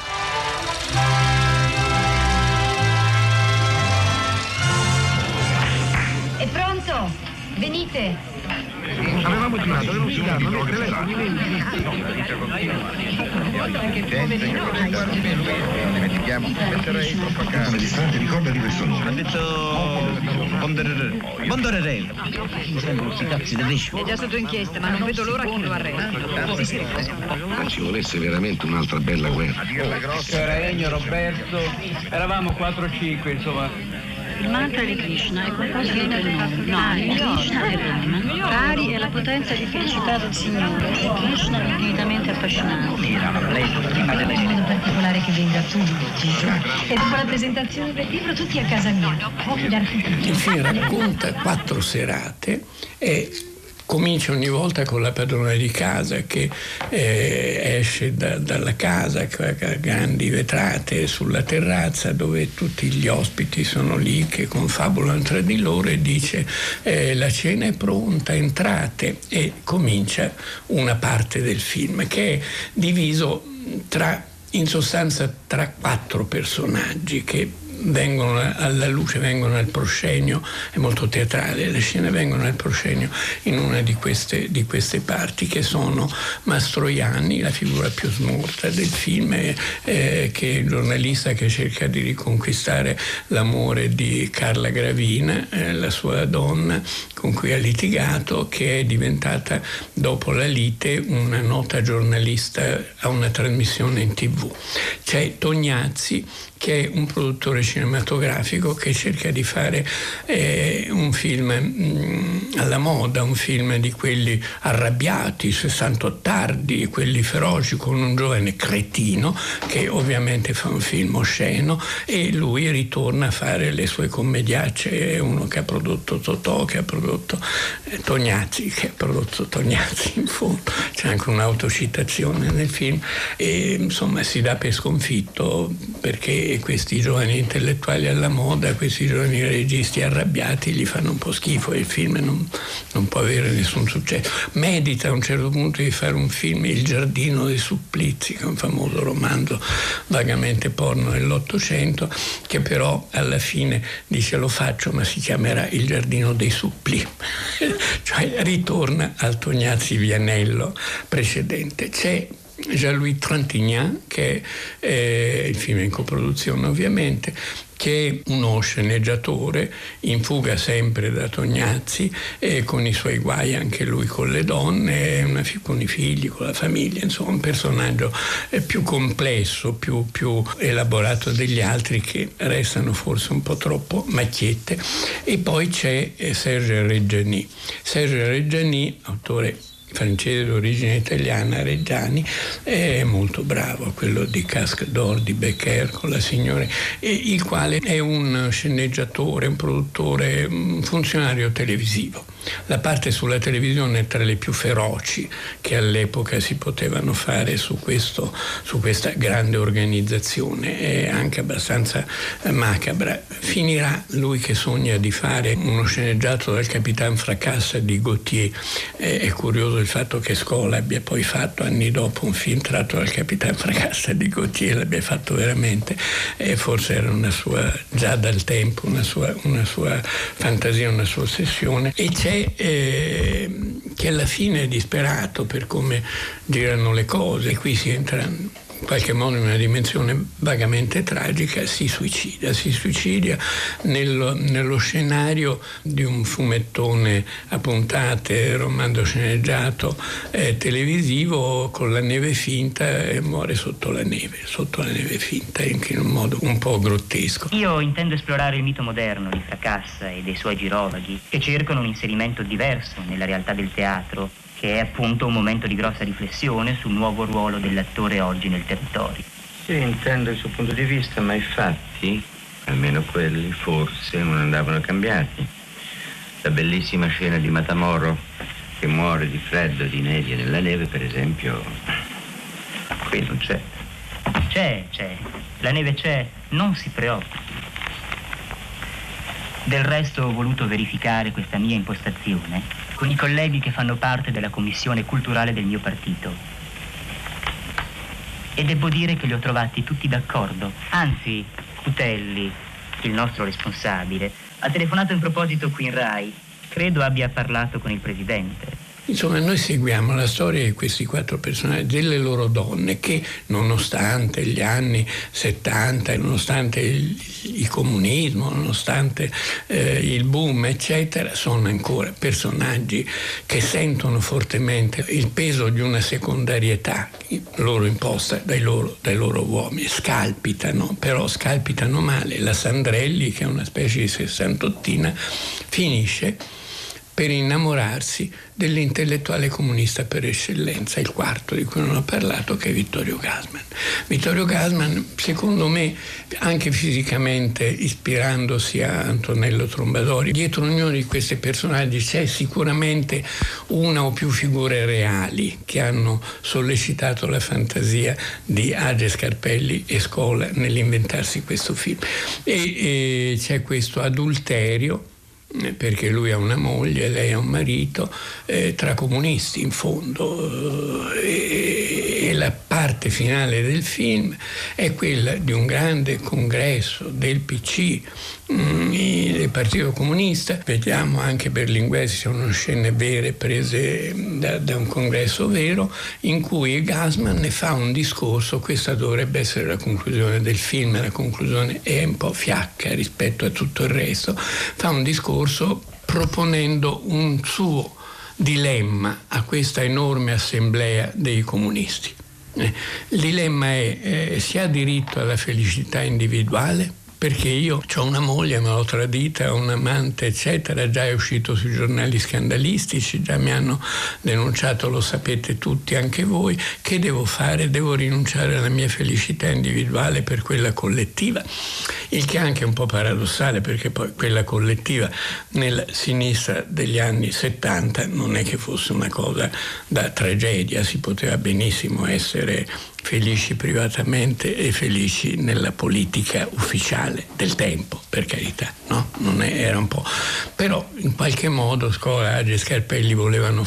È pronto? Venite! Avevamo chiamato, non si chiama, non come distante, ricordati questo nome. Ha detto Bondorere. Mi sembra questi cazzi tedeschi. È già sotto inchiesta, ma non vedo l'ora che lo arresti. Ci volesse veramente un'altra bella guerra. Regno Roberto, eravamo 4-5, insomma. Il mantra di Krishna è qualcosa di il mondo. No, Krishna è Brahman. Kari è la potenza di felicità del Signore. E Krishna è infinitamente appassionato. Un modo particolare che venga a tutti. E dopo la presentazione del libro tutti a casa mia. Il film racconta 4 serate e comincia ogni volta con la padrona di casa che esce dalla casa con grandi vetrate sulla terrazza dove tutti gli ospiti sono lì che confabulano tra di loro e dice la cena è pronta, entrate, e comincia una parte del film che è diviso in sostanza tra 4 personaggi che vengono alla luce, vengono al proscenio. È molto teatrale, le scene vengono al proscenio in una di queste parti, che sono Mastroianni, la figura più smorta del film, che è il giornalista che cerca di riconquistare l'amore di Carla Gravina, la sua donna con cui ha litigato, che è diventata dopo la lite una nota giornalista a una trasmissione in TV. C'è Tognazzi, che è un produttore cinematografico che cerca di fare un film alla moda, un film di quelli arrabbiati, 60 tardi, quelli feroci, con un giovane cretino che ovviamente fa un film osceno, e lui ritorna a fare le sue commediacce. È uno che ha prodotto Totò, che ha prodotto Tognazzi, che ha prodotto Tognazzi in fondo. C'è anche un'autocitazione nel film e insomma si dà per sconfitto perché questi giovani intellettuali alla moda, questi giovani registi arrabbiati gli fanno un po' schifo e il film non può avere nessun successo. Medita a un certo punto di fare un film, Il giardino dei supplizi, che è un famoso romanzo vagamente porno dell'Ottocento, che però alla fine dice lo faccio ma si chiamerà Il giardino dei supplì, cioè ritorna al Tognazzi Vianello precedente. C'è Jean-Louis Trintignant, che è il film in coproduzione ovviamente, che è uno sceneggiatore in fuga sempre da Tognazzi e con i suoi guai anche lui con le donne, con i figli, con la famiglia, insomma un personaggio più complesso, più elaborato degli altri, che restano forse un po' troppo macchiette. E poi c'è Serge Reggiani, autore francese d'origine italiana, Reggiani, è molto bravo, quello di Casque d'Or, di Becker con La Signora, il quale è un sceneggiatore, un produttore, un funzionario televisivo. La parte sulla televisione è tra le più feroci che all'epoca si potevano fare su questa grande organizzazione, è anche abbastanza macabra. Finirà lui che sogna di fare uno sceneggiato dal Capitan Fracassa di Gautier. È curioso il fatto che Scola abbia poi fatto anni dopo un film tratto dal Capitan Fracassa di Gautier, l'abbia fatto veramente, forse era una sua, già dal tempo, una sua fantasia, una sua ossessione. E c'è che alla fine è disperato per come girano le cose, qui si entra in qualche modo in una dimensione vagamente tragica, si suicida nello scenario di un fumettone a puntate, romanzo sceneggiato televisivo, con la neve finta, e muore sotto la neve finta, in un modo un po' grottesco. Io intendo esplorare il mito moderno di Fracassa e dei suoi girovaghi, che cercano un inserimento diverso nella realtà del teatro, che è appunto un momento di grossa riflessione sul nuovo ruolo dell'attore oggi nel territorio. Io intendo il suo punto di vista, ma i fatti, almeno quelli, forse non andavano cambiati. La bellissima scena di Matamoro, che muore di freddo, di nebbia nella neve, per esempio, qui non c'è. C'è. La neve c'è, non si preoccupi. Del resto ho voluto verificare questa mia impostazione con i colleghi che fanno parte della commissione culturale del mio partito. E devo dire che li ho trovati tutti d'accordo. Anzi, Cutelli, il nostro responsabile, ha telefonato in proposito qui in Rai. Credo abbia parlato con il presidente. Insomma, noi seguiamo la storia di questi 4 personaggi, delle loro donne che, nonostante gli anni 70, nonostante il comunismo, nonostante il boom, eccetera, sono ancora personaggi che sentono fortemente il peso di una secondarietà loro imposta dai loro uomini. Scalpitano, però scalpitano male. La Sandrelli, che è una specie di sessantottina, finisce per innamorarsi dell'intellettuale comunista per eccellenza, il quarto di cui non ho parlato, che è Vittorio Gassman. Vittorio Gassman, secondo me, anche fisicamente ispirandosi a Antonello Trombadori, dietro ognuno di questi personaggi c'è sicuramente una o più figure reali che hanno sollecitato la fantasia di Age Scarpelli e Scola nell'inventarsi questo film. E c'è questo adulterio, perché lui ha una moglie, lei ha un marito, tra comunisti in fondo, e la parte finale del film è quella di un grande congresso del PC, del Partito Comunista. Vediamo anche Berlinguer, sono scene vere prese da un congresso vero, in cui Gassman ne fa un discorso. Questa dovrebbe essere la conclusione del film, la conclusione è un po' fiacca rispetto a tutto il resto. Fa un discorso proponendo un suo dilemma a questa enorme assemblea dei comunisti. Il dilemma è: si ha diritto alla felicità individuale? Perché io ho una moglie, me l'ho tradita, ho un amante, eccetera, già è uscito sui giornali scandalistici, già mi hanno denunciato, lo sapete tutti, anche voi. Che devo fare? Devo rinunciare alla mia felicità individuale per quella collettiva? Il che è anche un po' paradossale, perché poi quella collettiva nella sinistra degli anni 70 non è che fosse una cosa da tragedia, si poteva benissimo essere felici privatamente e felici nella politica ufficiale del tempo, per carità, no? Non era un po'. Però in qualche modo Scola, Age e Scarpelli volevano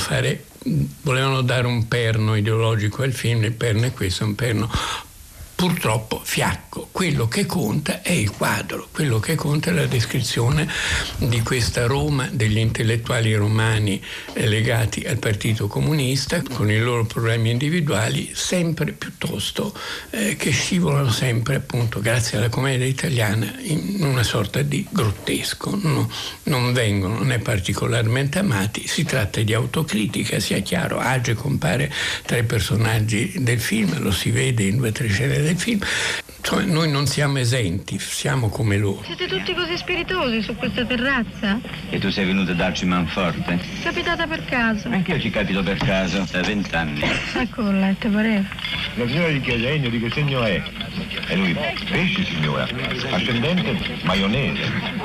dare un perno ideologico al film. Il perno è questo, un perno purtroppo fiacco. Quello che conta è il quadro, quello che conta è la descrizione di questa Roma, degli intellettuali romani legati al Partito Comunista, con i loro problemi individuali, sempre piuttosto che scivolano sempre, appunto, grazie alla commedia italiana, in una sorta di grottesco. Non è particolarmente amati. Si tratta di autocritica, sia chiaro. Age compare tra i personaggi del film, lo si vede in 2 o 3 scene del film. Insomma, noi non siamo esenti, siamo come loro. Siete tutti così spiritosi su questa terrazza? E tu sei venuto a darci manforte? Capitata per caso. Anch'io ci capito per caso, da 20 anni. Ecco il letto, pareva. La signora gli chiede Ennio di che segno è. E lui, pesci signora, ascendente, maionese.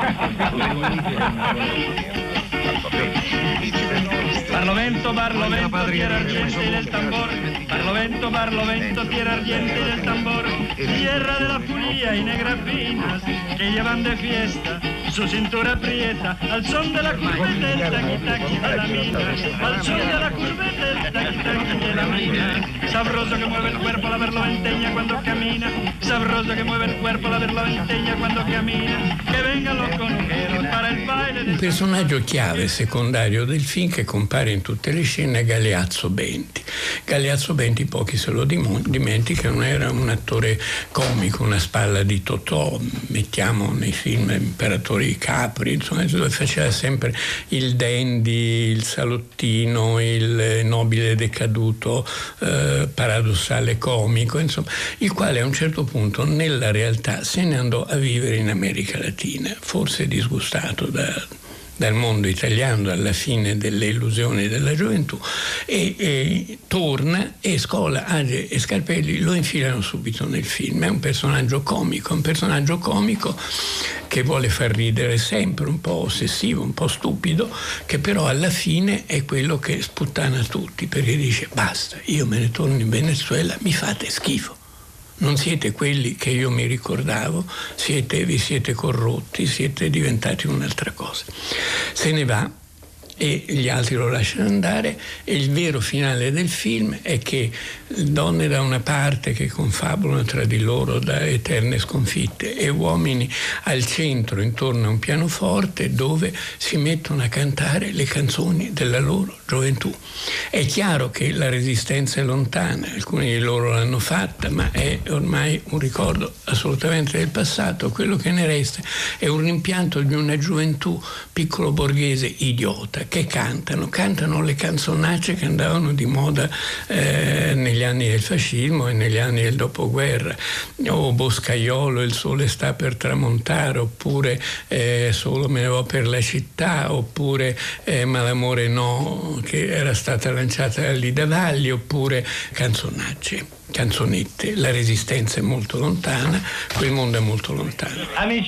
Barlovento, Barlovento, tierra ardiente del tambor. Barlovento, tierra ardiente del tambor. Tierra de la furia y negra finas que llevan de fiesta su cintura aprieta al son de la curveta del taqui-taqui de la mina. Al son de la curveta del taqui-taqui de la mina. Sabroso que mueve el cuerpo la berloventeña cuando camina. Sabroso que mueve el cuerpo la berloventeña cuando camina. Que vengan los conjeros para el baile de... Un personaggio chiave secondario del film che compare in tutte le scene è Galeazzo Benti. Galeazzo Benti pochi se lo dimenticano, era un attore comico, una spalla di Totò, mettiamo nei film Imperatore di Capri, insomma, dove faceva sempre il dandy, il salottino, il nobile decaduto, paradossale comico, insomma, il quale a un certo punto nella realtà se ne andò a vivere in America Latina, forse disgustato dal mondo italiano alla fine delle illusioni della gioventù, e torna, e Scola, Age e Scarpelli lo infilano subito nel film. È un personaggio comico che vuole far ridere sempre, un po' ossessivo, un po' stupido, che però alla fine è quello che sputtana tutti, perché dice basta, io me ne torno in Venezuela, mi fate schifo. Non siete quelli che io mi ricordavo, vi siete corrotti, siete diventati un'altra cosa. Se ne va e gli altri lo lasciano andare, e il vero finale del film è che donne da una parte che confabulano tra di loro da eterne sconfitte e uomini al centro intorno a un pianoforte dove si mettono a cantare le canzoni della loro gioventù. È chiaro che la resistenza è lontana, alcuni di loro l'hanno fatta, ma è ormai un ricordo assolutamente del passato. Quello che ne resta è un rimpianto di una gioventù piccolo borghese idiota, che cantano le canzonacce che andavano di moda negli anni del fascismo e negli anni del dopoguerra, o Boscaiolo, Il sole sta per tramontare, oppure Solo me ne vo per la città, oppure Ma l'amore no, che era stata lanciata da Lida Valli, oppure canzonacce, canzonette. La resistenza è molto lontana, quel mondo è molto lontano.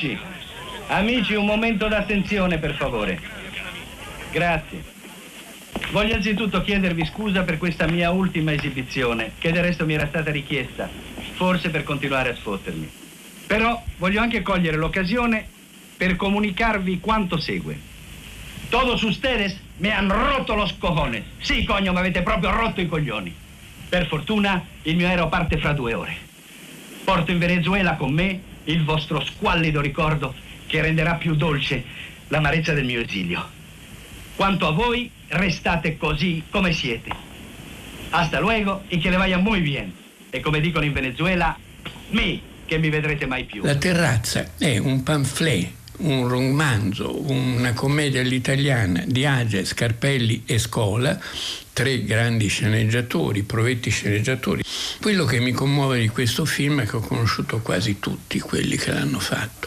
Amici, un momento d'attenzione per favore. Grazie. Voglio anzitutto chiedervi scusa per questa mia ultima esibizione, che del resto mi era stata richiesta, forse per continuare a sfottermi. Però voglio anche cogliere l'occasione per comunicarvi quanto segue. Todos ustedes me han roto los cojones. Sì, cogno, mi avete proprio rotto i coglioni. Per fortuna il mio aereo parte fra 2 ore. Porto in Venezuela con me il vostro squallido ricordo che renderà più dolce l'amarezza del mio esilio. Quanto a voi, restate così come siete. Hasta luego y que le vaya muy bien. E come dicono in Venezuela, che mi vedrete mai più. La terrazza è un pamphlet, un romanzo, una commedia all'italiana di Age, Scarpelli e Scola, 3 grandi sceneggiatori, provetti sceneggiatori. Quello che mi commuove di questo film è che ho conosciuto quasi tutti quelli che l'hanno fatto.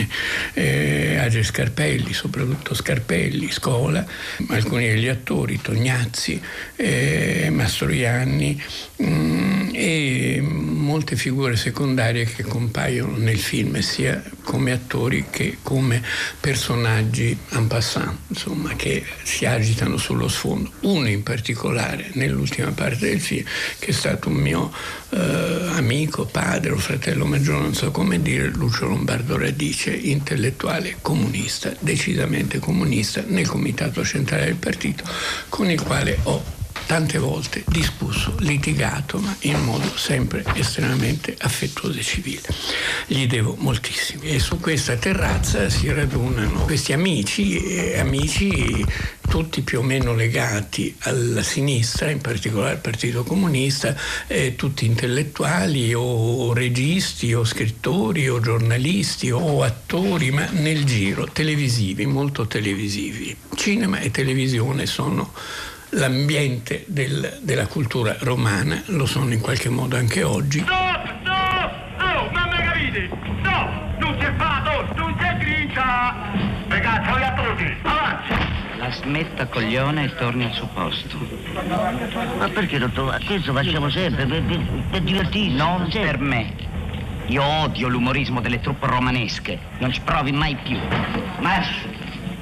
Age Scarpelli, soprattutto Scarpelli, Scola, alcuni degli attori, Tognazzi, Mastroianni, e molte figure secondarie che compaiono nel film sia come attori che come personaggi en passant, insomma, che si agitano sullo sfondo. Uno in particolare nell'ultima parte del film, che è stato un mio amico, padre o fratello maggiore, non so come dire, Lucio Lombardo Radice, intellettuale comunista, decisamente comunista, nel comitato centrale del partito, con il quale ho tante volte discusso, litigato, ma in modo sempre estremamente affettuoso e civile. Gli devo moltissimo. E su questa terrazza si radunano questi amici tutti più o meno legati alla sinistra, in particolare al Partito Comunista, tutti intellettuali o registi o scrittori o giornalisti o attori, ma nel giro, televisivi, molto televisivi. Cinema e televisione sono l'ambiente della cultura romana, lo sono in qualche modo anche oggi. No! Oh, mamma capito! non si è fatto, non si è grincia. Ragazzi, a tutti, avanti. La smetta coglione e torni al suo posto. Ma perché, dottore? Questo facciamo sempre, per divertirsi. Non sempre. Per me. Io odio l'umorismo delle truppe romanesche. Non ci provi mai più. Marcio!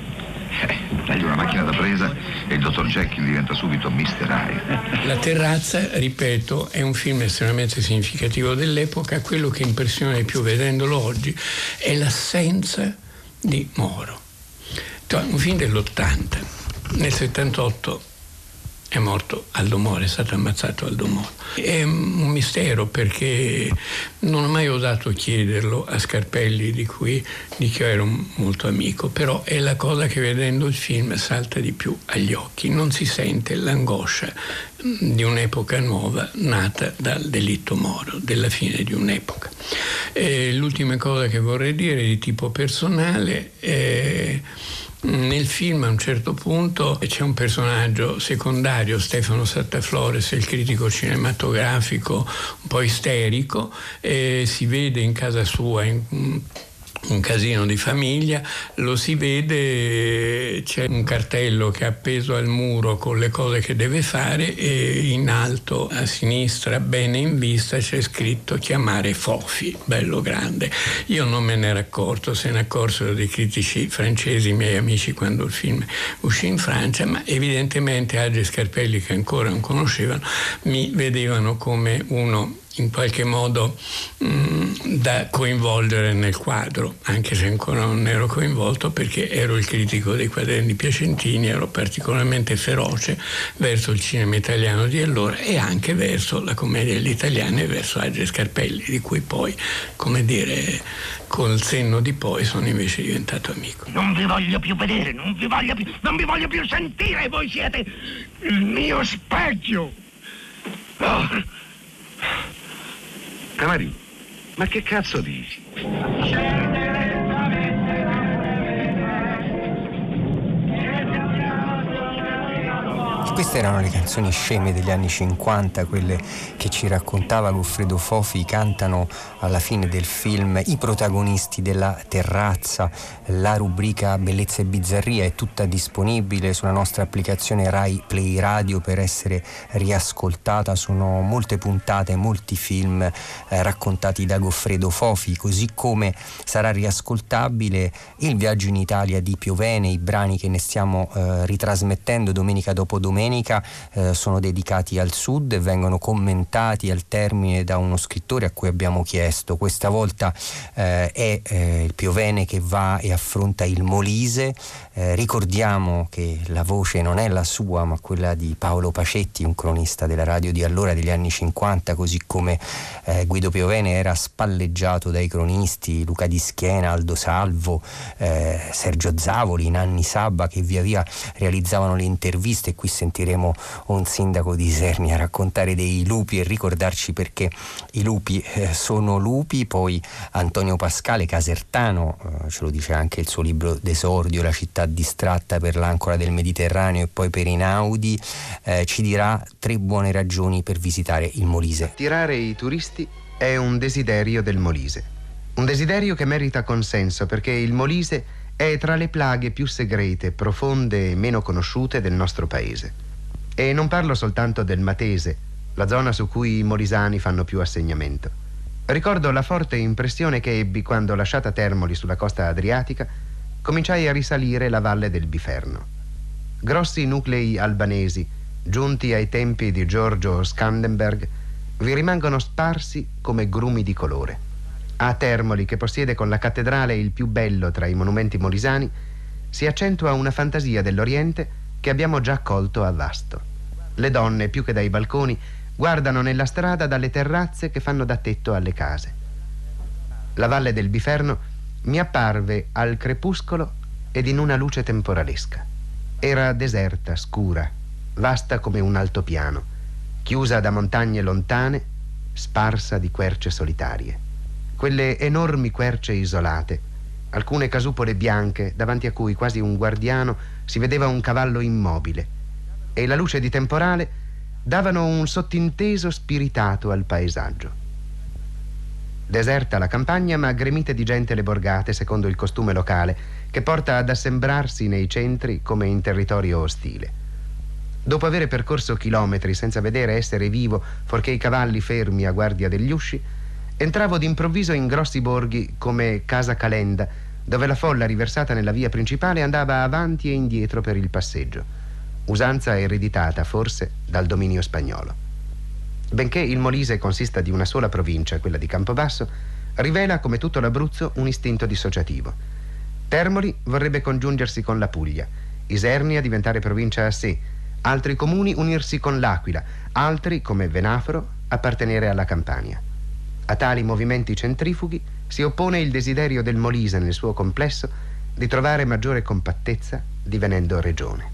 Dagli una macchina da presa e il dottor Jekyll diventa subito Mr. Hyde. La terrazza, ripeto, è un film estremamente significativo dell'epoca. Quello che impressiona di più vedendolo oggi è l'assenza di Moro. Un film dell'80, nel 78 è morto Aldo Moro, è stato ammazzato Aldo Moro. È un mistero perché non ho mai osato chiederlo a Scarpelli, di cui io ero molto amico, però è la cosa che vedendo il film salta di più agli occhi. Non si sente l'angoscia di un'epoca nuova nata dal delitto Moro, della fine di un'epoca. L'ultima cosa che vorrei dire di tipo personale è nel film a un certo punto c'è un personaggio secondario, Stefano Sattaflores, il critico cinematografico un po' isterico, si vede in casa sua un casino di famiglia, lo si vede, c'è un cartello che è appeso al muro con le cose che deve fare e in alto a sinistra, bene in vista, c'è scritto chiamare Fofi, bello grande. Io non me ne ero accorto, se ne accorsero dei critici francesi, miei amici, quando il film uscì in Francia, ma evidentemente Aggi e Scarpelli, che ancora non conoscevano, mi vedevano come uno in qualche modo da coinvolgere nel quadro, anche se ancora non ero coinvolto perché ero il critico dei quaderni piacentini, ero particolarmente feroce verso il cinema italiano di allora e anche verso la commedia all'italiana e verso Aggi e Scarpelli, di cui poi, come dire, col senno di poi sono invece diventato amico. Non vi voglio più vedere, non vi voglio più sentire, voi siete il mio specchio. Oh. Camarino, ma che cazzo dici? Queste erano le canzoni sceme degli anni 50, quelle che ci raccontava Goffredo Fofi. Cantano alla fine del film i protagonisti della terrazza. La rubrica Bellezza e Bizzarria è tutta disponibile sulla nostra applicazione Rai Play Radio per essere riascoltata. Sono molte puntate, molti film raccontati da Goffredo Fofi, così come sarà riascoltabile Il viaggio in Italia di Piovene. I brani che ne stiamo ritrasmettendo domenica dopo domenica sono dedicati al sud e vengono commentati al termine da uno scrittore a cui abbiamo chiesto. Questa volta è il Piovene che va e affronta il Molise. Ricordiamo che la voce non è la sua ma quella di Paolo Pacetti, un cronista della radio di allora, degli anni 50, così come Guido Piovene era spalleggiato dai cronisti Luca Di Schiena, Aldo Salvo, Sergio Zavoli, Nanni Sabba, che via via realizzavano le interviste. Qui sentiremo un sindaco di Isernia raccontare dei lupi e ricordarci perché i lupi sono lupi. Poi Antonio Pascale, casertano, ce lo dice anche il suo libro d'esordio, La città distratta, per l'Ancora del Mediterraneo e poi per Einaudi, ci dirà 3 buone ragioni per visitare il Molise. Attirare i turisti è un desiderio del Molise, un desiderio che merita consenso perché il Molise è tra le plaghe più segrete, profonde e meno conosciute del nostro paese. E non parlo soltanto del Matese, la zona su cui i molisani fanno più assegnamento. Ricordo la forte impressione che ebbi quando, lasciata Termoli sulla costa adriatica, cominciai a risalire la valle del Biferno. Grossi nuclei albanesi, giunti ai tempi di Giorgio Skandenberg, vi rimangono sparsi come grumi di colore. A Termoli, che possiede con la cattedrale il più bello tra i monumenti molisani, si accentua una fantasia dell'Oriente che abbiamo già colto a Vasto. Le donne, più che dai balconi, guardano nella strada dalle terrazze che fanno da tetto alle case. La valle del Biferno mi apparve al crepuscolo ed in una luce temporalesca. Era deserta, scura, vasta come un altopiano, chiusa da montagne lontane, sparsa di querce solitarie. Quelle enormi querce isolate, alcune casupole bianche davanti a cui quasi un guardiano si vedeva un cavallo immobile, e la luce di temporale davano un sottinteso spiritato al paesaggio. Deserta la campagna, ma gremite di gente le borgate, secondo il costume locale, che porta ad assembrarsi nei centri come in territorio ostile. Dopo aver percorso chilometri senza vedere essere vivo, forché i cavalli fermi a guardia degli usci, entravo d'improvviso in grossi borghi come Casa Calenda, dove la folla riversata nella via principale andava avanti e indietro per il passeggio, usanza ereditata forse dal dominio spagnolo. Benché il Molise consista di una sola provincia, quella di Campobasso, rivela, come tutto l'Abruzzo, un istinto dissociativo. Termoli vorrebbe congiungersi con la Puglia, Isernia diventare provincia a sé, altri comuni unirsi con l'Aquila, altri, come Venafro, appartenere alla Campania. A tali movimenti centrifughi si oppone il desiderio del Molise nel suo complesso di trovare maggiore compattezza divenendo regione.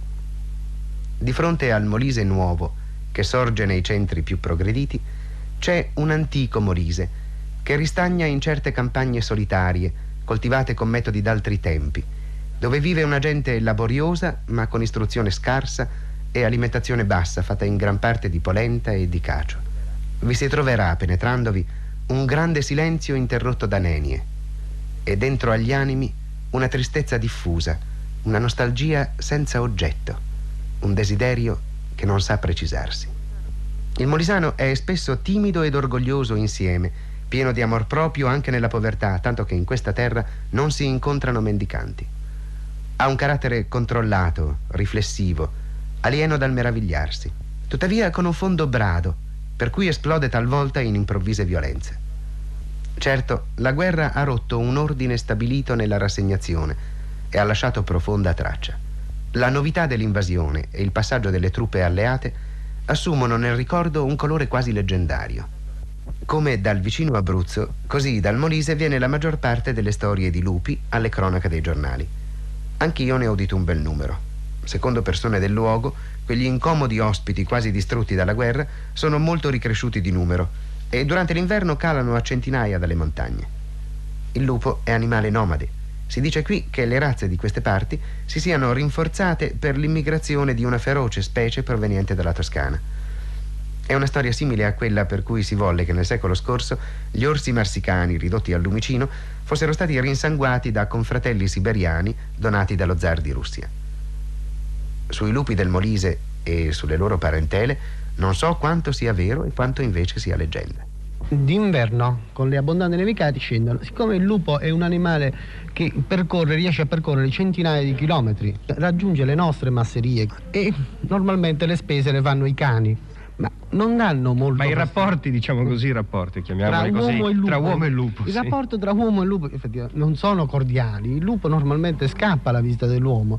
Di fronte al Molise nuovo, che sorge nei centri più progrediti, c'è un antico Molise che ristagna in certe campagne solitarie, coltivate con metodi d'altri tempi, dove vive una gente laboriosa ma con istruzione scarsa e alimentazione bassa, fatta in gran parte di polenta e di cacio. Vi si troverà, penetrandovi, un grande silenzio interrotto da nenie e dentro agli animi una tristezza diffusa, una nostalgia senza oggetto, un desiderio che non sa precisarsi. Il molisano è spesso timido ed orgoglioso insieme, pieno di amor proprio anche nella povertà, tanto che in questa terra non si incontrano mendicanti. Ha un carattere controllato, riflessivo, alieno dal meravigliarsi, tuttavia con un fondo brado, per cui esplode talvolta in improvvise violenze. Certo, la guerra ha rotto un ordine stabilito nella rassegnazione e ha lasciato profonda traccia. La novità dell'invasione e il passaggio delle truppe alleate assumono nel ricordo un colore quasi leggendario. Come dal vicino Abruzzo, così dal Molise viene la maggior parte delle storie di lupi alle cronache dei giornali. Anch'io ne ho udito un bel numero. Secondo persone del luogo, quegli incomodi ospiti quasi distrutti dalla guerra sono molto ricresciuti di numero e durante l'inverno calano a centinaia dalle montagne. Il lupo è animale nomade. Si dice qui che le razze di queste parti si siano rinforzate per l'immigrazione di una feroce specie proveniente dalla Toscana. È una storia simile a quella per cui si volle che nel secolo scorso gli orsi marsicani ridotti al lumicino fossero stati rinsanguati da confratelli siberiani donati dallo zar di Russia. Sui lupi del Molise e sulle loro parentele non so quanto sia vero e quanto invece sia leggenda. D'inverno, con le abbondanti nevicate, scendono. Siccome il lupo è un animale che riesce a percorrere centinaia di chilometri, raggiunge le nostre masserie e normalmente le spese le fanno i cani. Ma non danno molto. Ma i rapporti, diciamo così, chiamiamoli così, tra uomo e lupo. Il rapporto tra uomo e lupo effettivamente non sono cordiali. Il lupo normalmente scappa alla visita dell'uomo.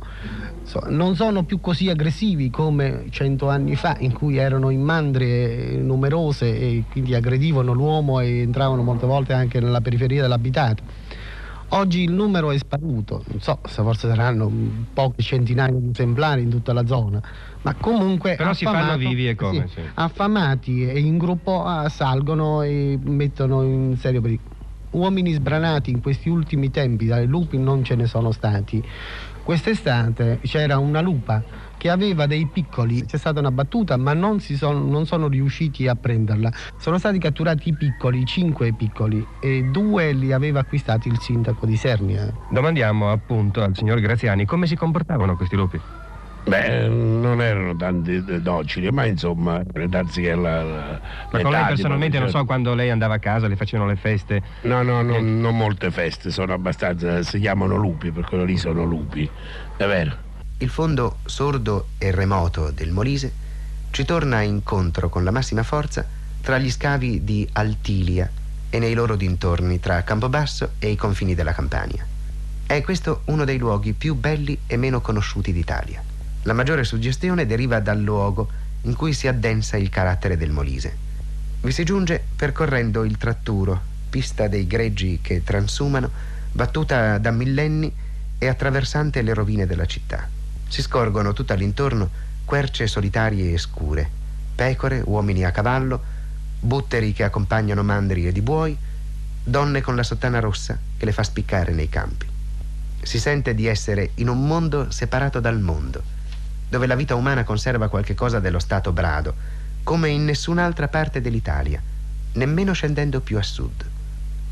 Non sono più così aggressivi come 100 anni fa, in cui erano in mandrie numerose e quindi aggredivano l'uomo e entravano molte volte anche nella periferia dell'abitato. Oggi il numero è sparuto, non so se forse saranno poche centinaia di esemplari in tutta la zona, ma comunque però si fanno vivi e come? Sì. Affamati e in gruppo salgono e mettono in serio pericolo. Uomini sbranati in questi ultimi tempi dai lupi non ce ne sono stati. Quest'estate c'era una lupa che aveva dei piccoli, c'è stata una battuta ma non sono riusciti a prenderla. Sono stati catturati i piccoli, 5 piccoli, e 2 li aveva acquistati il sindaco di Isernia. Domandiamo appunto al signor Graziani come si comportavano questi lupi. Beh, non erano tanti docili, ma insomma, darsi alla ma con lei personalmente non so, quando lei andava a casa le facevano le feste? No, non molte feste, sono abbastanza, si chiamano lupi, per quello lì sono lupi, è vero. Il fondo sordo e remoto del Molise ci torna incontro con la massima forza tra gli scavi di Altilia e nei loro dintorni tra Campobasso e i confini della Campania. È questo uno dei luoghi più belli e meno conosciuti d'Italia. La maggiore suggestione deriva dal luogo in cui si addensa il carattere del Molise. Vi si giunge percorrendo il Tratturo, pista dei greggi che transumano, battuta da millenni e attraversante le rovine della città. Si scorgono tutto all'intorno querce solitarie e scure, pecore, uomini a cavallo, butteri che accompagnano mandri e di buoi, donne con la sottana rossa che le fa spiccare nei campi. Si sente di essere in un mondo separato dal mondo, dove la vita umana conserva qualche cosa dello stato brado, come in nessun'altra parte dell'Italia, nemmeno scendendo più a sud.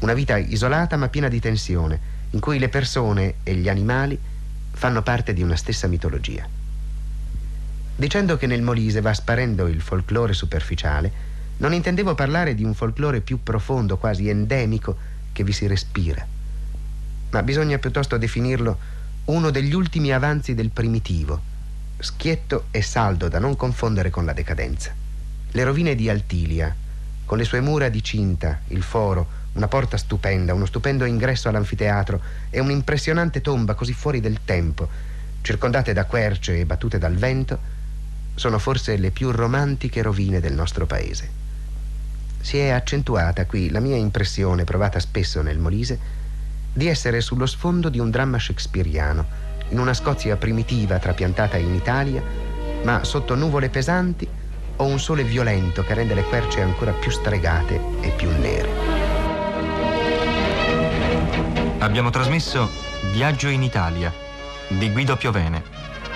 Una vita isolata ma piena di tensione, in cui le persone e gli animali fanno parte di una stessa mitologia. Dicendo che nel Molise va sparendo il folklore superficiale, non intendevo parlare di un folklore più profondo, quasi endemico, che vi si respira, ma bisogna piuttosto definirlo uno degli ultimi avanzi del primitivo, schietto e saldo da non confondere con la decadenza. Le rovine di Altilia, con le sue mura di cinta, il foro, una porta stupenda, uno stupendo ingresso all'anfiteatro e un'impressionante tomba così fuori del tempo, circondate da querce e battute dal vento, sono forse le più romantiche rovine del nostro paese. Si è accentuata qui la mia impressione, provata spesso nel Molise, di essere sullo sfondo di un dramma shakespeariano, in una Scozia primitiva trapiantata in Italia, ma sotto nuvole pesanti o un sole violento che rende le querce ancora più stregate e più nere. Abbiamo trasmesso Viaggio in Italia di Guido Piovene.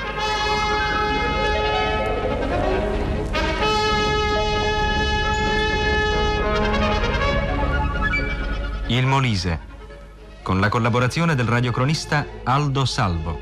Il Molise, con la collaborazione del radiocronista Aldo Salvo.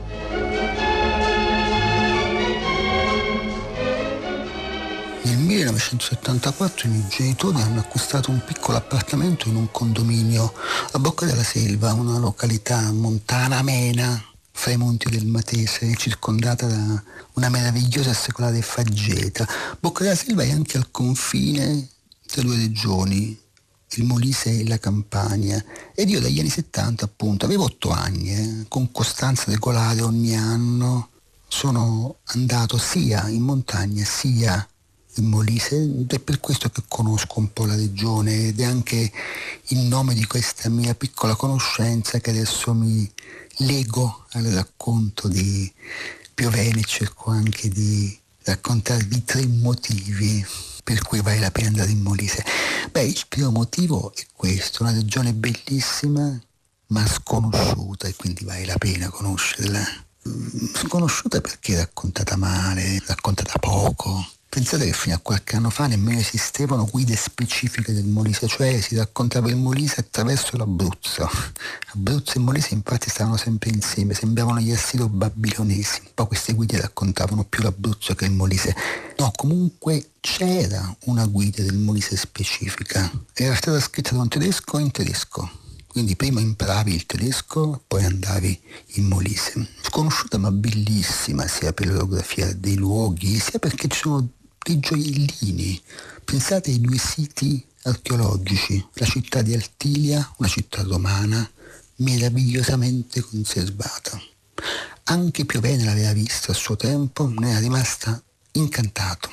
Nel 1974 i miei genitori hanno acquistato un piccolo appartamento in un condominio a Bocca della Selva, una località montana amena fra i monti del Matese, circondata da una meravigliosa e secolare faggeta. Bocca della Selva è anche al confine tra due regioni, il Molise e la Campania, ed io dagli anni 70 appunto avevo 8 anni, con costanza regolare ogni anno sono andato sia in montagna sia in Molise, ed è per questo che conosco un po' la regione, ed è anche in nome di questa mia piccola conoscenza che adesso mi lego al racconto di Piovene. Cerco anche di raccontarvi 3 motivi per cui vale la pena andare in Molise. Il primo motivo è questo: una regione bellissima ma sconosciuta, e quindi vale la pena conoscerla. Sconosciuta perché raccontata male, raccontata poco. Pensate che fino a qualche anno fa nemmeno esistevano guide specifiche del Molise, cioè si raccontava il Molise attraverso l'Abruzzo. Abruzzo e Molise infatti stavano sempre insieme, sembravano gli assiro-babilonesi. Un po' queste guide raccontavano più l'Abruzzo che il Molise. No, comunque c'era una guida del Molise specifica. Era stata scritta da un tedesco in tedesco. Quindi prima imparavi il tedesco, poi andavi in Molise. Sconosciuta ma bellissima, sia per l'orografia dei luoghi, sia perché ci sono dei gioiellini. Pensate ai 2 siti archeologici, la città di Altilia, una città romana, meravigliosamente conservata. Anche Piovene l'aveva vista a suo tempo, ne era rimasta incantato.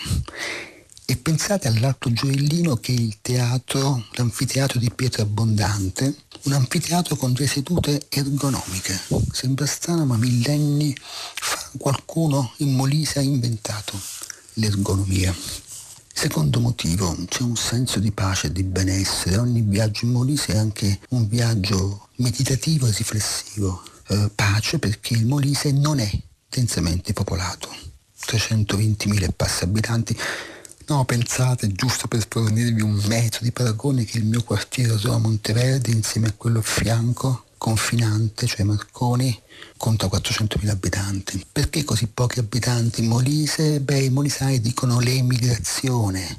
E pensate all'altro gioiellino che è il teatro, l'anfiteatro di Pietro Abbondante, un anfiteatro con 2 sedute ergonomiche. Sembra strano, ma millenni fa qualcuno in Molise ha inventato l'ergonomia. Secondo motivo, c'è un senso di pace e di benessere. Ogni viaggio in Molise è anche un viaggio meditativo e riflessivo. Pace perché il Molise non è densamente popolato, 320.000 e passa abitanti. No, pensate, giusto per fornirvi un metro di paragone, che il mio quartiere Roma Monteverde, insieme a quello a fianco, confinante, cioè Marconi, conta 400.000 abitanti. Perché così pochi abitanti in Molise? I molisani dicono l'emigrazione.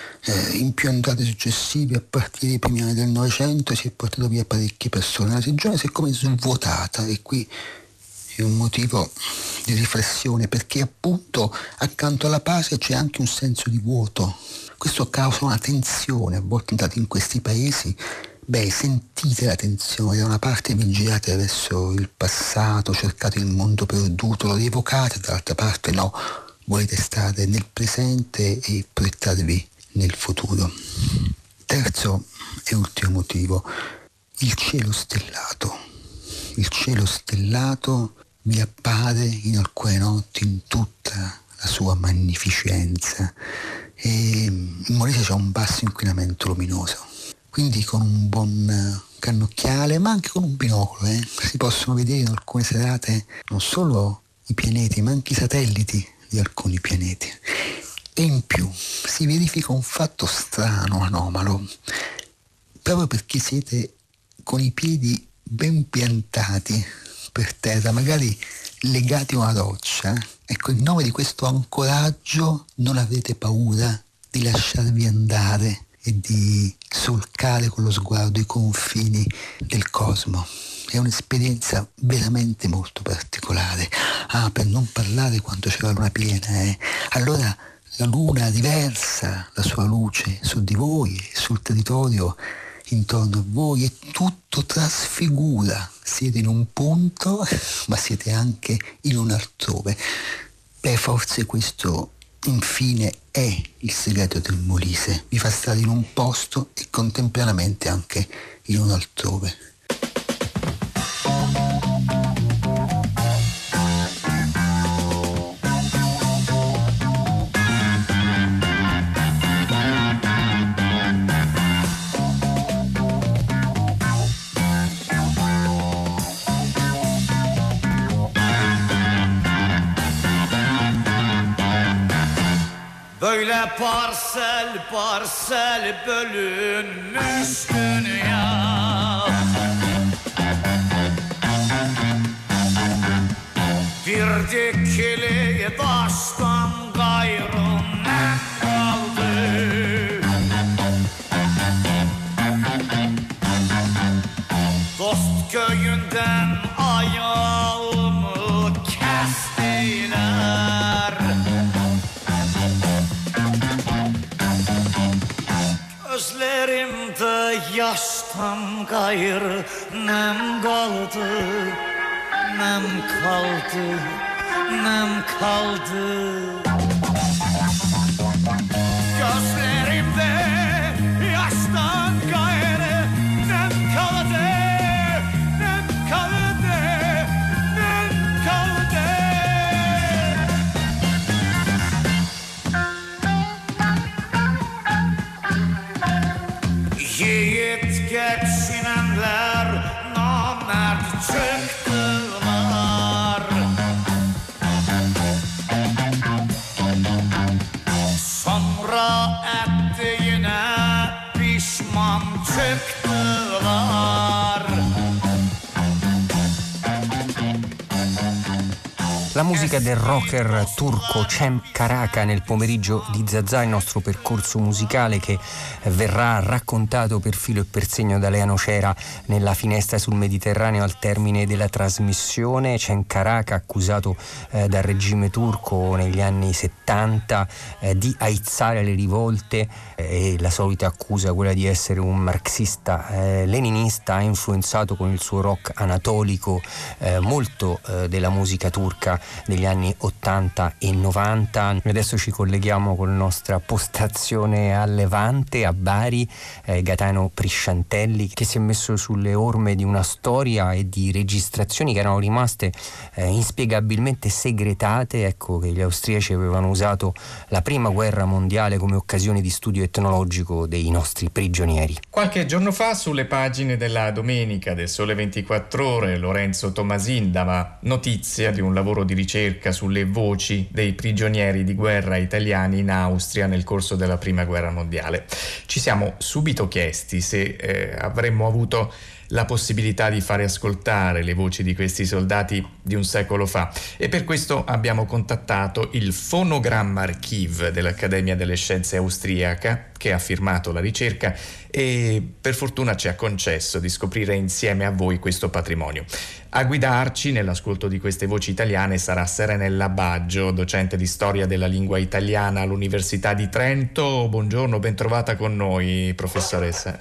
In più andate successive, a partire dai primi anni del Novecento, si è portato via parecchie persone. La regione si è come svuotata, e qui è un motivo di riflessione, perché appunto accanto alla pace c'è anche un senso di vuoto. Questo causa una tensione. A volte andate in questi paesi, sentite la tensione. Da una parte vi girate verso il passato, cercate il mondo perduto, lo rievocate, dall'altra parte no, volete stare nel presente e proiettarvi nel futuro. Terzo e ultimo motivo: il cielo stellato. Il cielo stellato mi appare in alcune notti in tutta la sua magnificenza, e in Molise c'è un basso inquinamento luminoso, quindi con un buon cannocchiale, ma anche con un binocolo, si possono vedere in alcune serate non solo i pianeti, ma anche i satelliti di alcuni pianeti. E in più si verifica un fatto strano, anomalo. proprio perché siete con i piedi ben piantati per terra, magari legati a una roccia, ecco, in nome di questo ancoraggio non avete paura di lasciarvi andare e di solcare con lo sguardo i confini del cosmo. È un'esperienza veramente molto particolare. Per non parlare quando c'è la luna piena, allora la luna riversa la sua luce su di voi, sul territorio intorno a voi, e tutto trasfigura. Siete in un punto, ma siete anche in un altrove. Forse questo infine è il segreto del Molise. Vi fa stare in un posto e contemporaneamente anche in un altrove. Böyle parsel parsel bölünmüş dünya, bir dikili taştan gayrı ne kaldı? Dost köyünden ayağımı kestiler. Gözlerimde yaştan gayrı nem kaldı, nem kaldı, nem kaldı. Gözlerimde yaştan gayrı nem kaldı, nem kaldı, nem kaldı. Yiğit geçinenler namert çıktılar. Sonra ettiğine pişman çıktılar. La musica del rocker turco Cem Karaca nel pomeriggio di Zazà, il nostro percorso musicale che verrà raccontato per filo e per segno da Lea Nocera nella finestra sul Mediterraneo al termine della trasmissione. Cem Karaca, accusato dal regime turco negli anni 70 di aizzare le rivolte, e la solita accusa, quella di essere un marxista leninista, ha influenzato con il suo rock anatolico molto della musica turca degli anni 80 e 90. Noi adesso ci colleghiamo con la nostra postazione a Levante, a Bari, Gaetano Prisciantelli, che si è messo sulle orme di una storia e di registrazioni che erano rimaste inspiegabilmente segretate, ecco, che gli austriaci avevano usato la prima guerra mondiale come occasione di studio etnologico dei nostri prigionieri. Qualche giorno fa, sulle pagine della Domenica del Sole 24 Ore, Lorenzo Tomasin dava notizia di un lavoro di ricerca sulle voci dei prigionieri di guerra italiani in Austria nel corso della Prima Guerra Mondiale. Ci siamo subito chiesti se avremmo avuto la possibilità di fare ascoltare le voci di questi soldati di un secolo fa, e per questo abbiamo contattato il Phonogrammarchiv dell'Accademia delle Scienze austriaca, che ha firmato la ricerca e per fortuna ci ha concesso di scoprire insieme a voi questo patrimonio. A guidarci nell'ascolto di queste voci italiane sarà Serenella Baggio, docente di storia della lingua italiana all'Università di Trento. Buongiorno, ben trovata con noi, professoressa.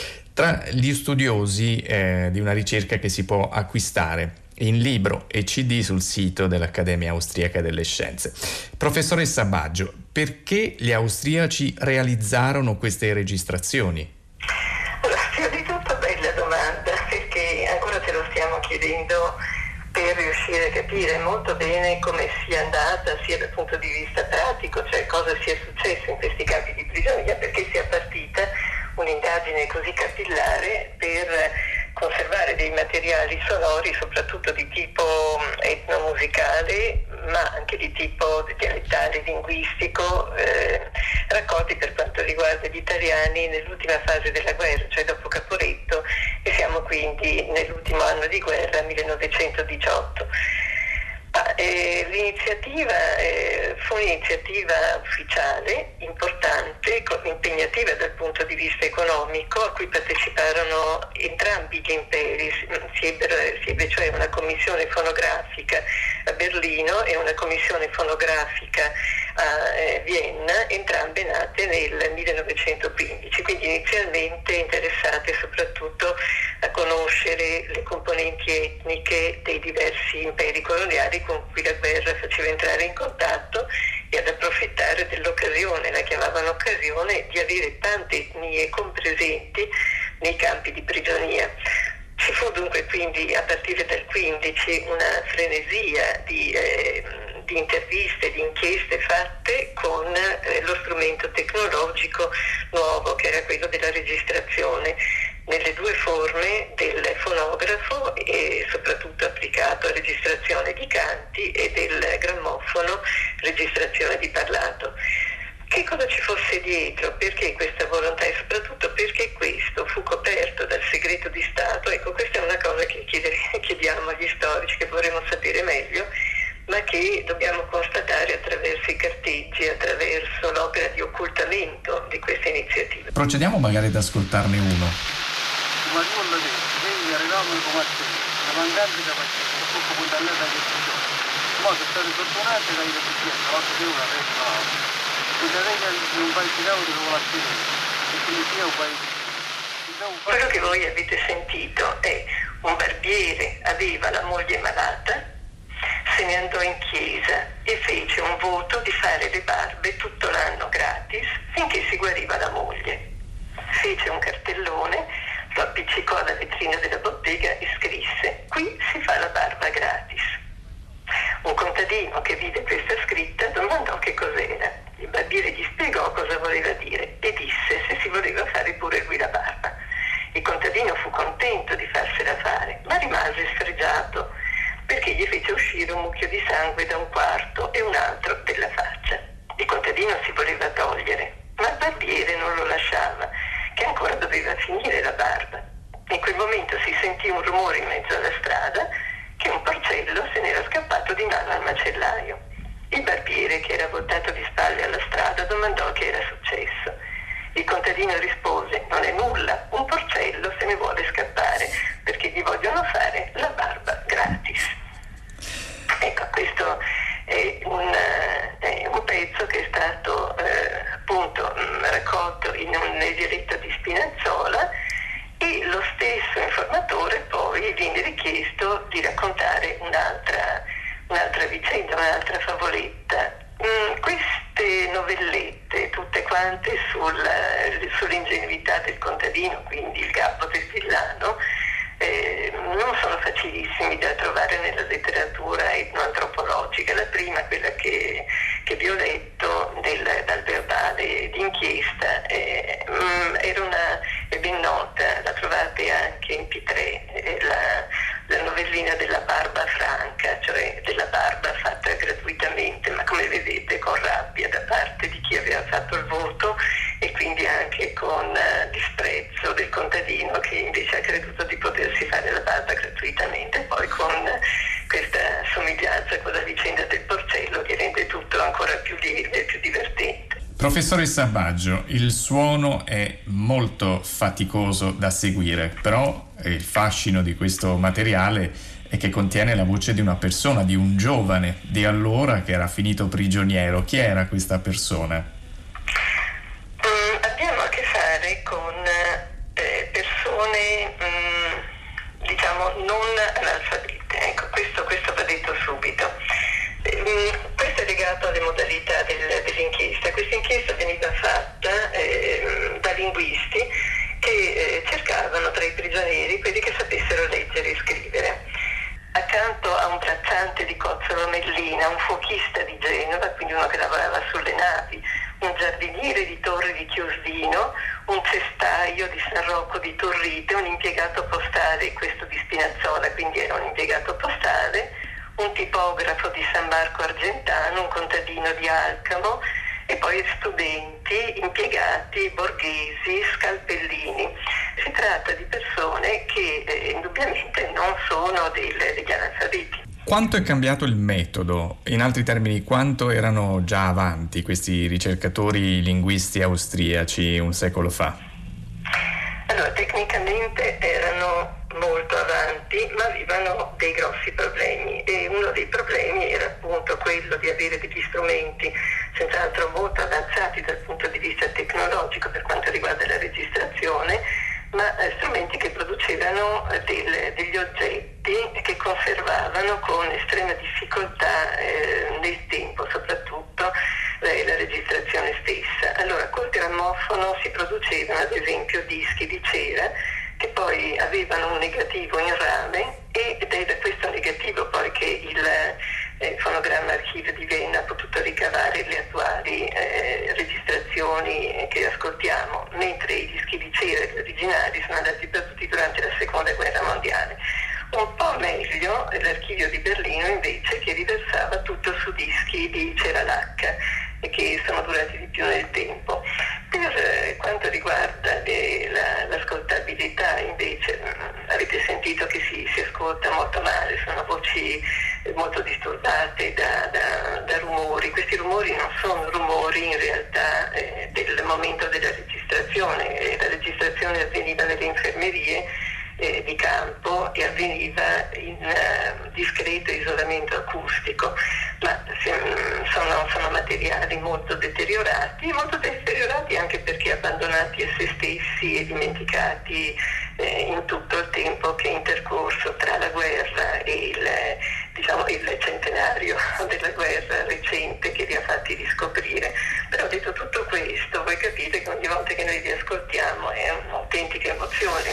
Tra gli studiosi di una ricerca che si può acquistare in libro e CD sul sito dell'Accademia Austriaca delle Scienze. Professoressa Baggio, perché gli austriaci realizzarono queste registrazioni? Allora, prima di tutto bella domanda, perché ancora ce lo stiamo chiedendo per riuscire a capire molto bene come sia andata sia dal punto di vista pratico, cioè cosa sia successo in questi campi di prigionia, perché sia partita un'indagine così capillare per conservare dei materiali sonori, soprattutto di tipo etnomusicale, ma anche di tipo dialettale, linguistico, raccolti per quanto riguarda gli italiani nell'ultima fase della guerra, cioè dopo Caporetto, e siamo quindi nell'ultimo anno di guerra, 1918. L'iniziativa fu un'iniziativa ufficiale, importante, impegnativa dal punto di vista economico, a cui parteciparono entrambi gli imperi. Si ebbe cioè una commissione fonografica a Berlino e una commissione fonografica a Vienna, entrambe nate nel 1915, quindi inizialmente interessate soprattutto a conoscere le componenti etniche dei diversi imperi coloniali con cui la guerra faceva entrare in contatto e ad approfittare dell'occasione, la chiamavano occasione, di avere tante etnie compresenti nei campi di prigionia. Ci fu dunque quindi a partire dal 15 una frenesia di interviste, di inchieste fatte con lo strumento tecnologico nuovo che era quello della registrazione nelle due forme del fonografo e soprattutto applicato a registrazione di canti e del grammofono, registrazione di parlato. Che cosa ci fosse dietro? Perché questa volontà e soprattutto perché questo fu coperto dal segreto di Stato? Ecco, questa è una cosa che chiediamo agli storici, che vorremmo sapere meglio, ma che dobbiamo constatare attraverso i carteggi, attraverso l'opera di occultamento di questa iniziativa. Procediamo magari ad ascoltarne uno. Quello che voi avete sentito è un barbiere aveva la moglie malata, se ne andò in chiesa e fece un voto di fare le barbe tutto l'anno gratis finché si guariva la moglie. Fece un cartellone, lo appiccicò alla vetrina della bottega e scrisse: qui si fa la barba gratis. Un contadino che vide questa scritta domandò che cos'era. Il barbiere gli spiegò cosa voleva dire e disse se si voleva fare pure lui la barba. Il contadino fu contento di farsela fare, ma rimase sfregiato perché gli fece uscire un mucchio di sangue da un quarto e un altro della faccia. Il contadino si voleva togliere, ma il barbiere non lo lasciava, che ancora doveva finire la barba. In quel momento si sentì un rumore in mezzo alla strada, che un porcello se n'era scappato di mano al macellaio. Il barbiere, che era voltato di spalle alla strada, domandò che era successo. Il contadino rispose: non è nulla, un porcello se ne vuole scappare perché gli vogliono fare la barba gratis. Ecco, questo è un pezzo che è stato appunto raccolto nel dialetto di Spinazzola, e lo stesso informatore poi viene richiesto di raccontare un'altra vicenda, un'altra favoletta. Queste novellette, tutte quante sull'ingenuità del contadino, quindi il gabbo del villano, non sono facilissimi da trovare nella letteratura etnoantropologica. La prima, quella che vi ho letto dal verbale d'inchiesta, è ben nota, la trovate anche in P3, la novellina della barba franca, cioè della barba fatta gratuitamente, ma come vedete con rabbia da parte di chi aveva fatto il voto e quindi anche con disprezzo del contadino che invece ha creduto di potersi fare la barba gratuitamente. Poi con questa somiglianza con la vicenda del porcello che rende tutto ancora più lieve e più divertente. Professoressa Baggio, il suono è molto faticoso da seguire, però il fascino di questo materiale è che contiene la voce di una persona, di un giovane di allora che era finito prigioniero. Chi era questa persona? Abbiamo a che fare con persone diciamo non analfabete, ecco, questo va detto subito. Questo è legato alle modalità dell'inchiesta. Questa inchiesta veniva fatta da linguisti che cercavano tra i prigionieri quelli che sapessero leggere e scrivere. Accanto a un bracciante di Cozzolo Mellina, un fuochista di Genova, quindi uno che lavorava sulle navi, un giardiniere di Torre di Chiusdino, un cestaio di San Rocco di Torrite, un impiegato postale, questo di Spinazzola, quindi era un impiegato postale, un tipografo di San Marco Argentano, un contadino di Alcamo e poi studenti, impiegati, borghesi, scalpellini. Si tratta di persone che indubbiamente non sono degli analfabeti. Quanto è cambiato il metodo? In altri termini, quanto erano già avanti questi ricercatori linguisti austriaci un secolo fa? Allora, tecnicamente erano molto avanti, ma avevano dei grossi problemi e uno dei problemi era appunto quello di avere degli strumenti senz'altro molto avanzati dal punto di vista tecnologico per quanto riguarda la registrazione, ma strumenti che producevano degli oggetti che conservavano con estrema difficoltà nel tempo, soprattutto la registrazione stessa. Allora, col grammofono si producevano ad esempio dischi di cera che poi avevano un negativo in rame ed è da questo negativo poi che il fonogramma archivio di Vienna ha potuto ricavare le attuali registrazioni che ascoltiamo, mentre i dischi di cera, gli originali, sono andati perduti durante la Seconda Guerra Mondiale. Un po' meglio l'archivio di Berlino invece, che riversava tutto su dischi di cera lacca e che sono durati di più nel tempo. Per quanto riguarda l'ascoltabilità invece avete sentito che si ascolta molto male, sono voci molto disturbate da rumori. Questi rumori non sono rumori in realtà del momento della registrazione. La registrazione avveniva nelle infermerie di campo e avveniva in discreto isolamento acustico, ma sono materiali molto deteriorati anche perché abbandonati a se stessi e dimenticati in tutto il tempo che è intercorso tra la guerra e il centenario della guerra recente che li ha fatti riscoprire. Però detto tutto questo, voi capite che ogni volta che noi li ascoltiamo è un'autentica emozione.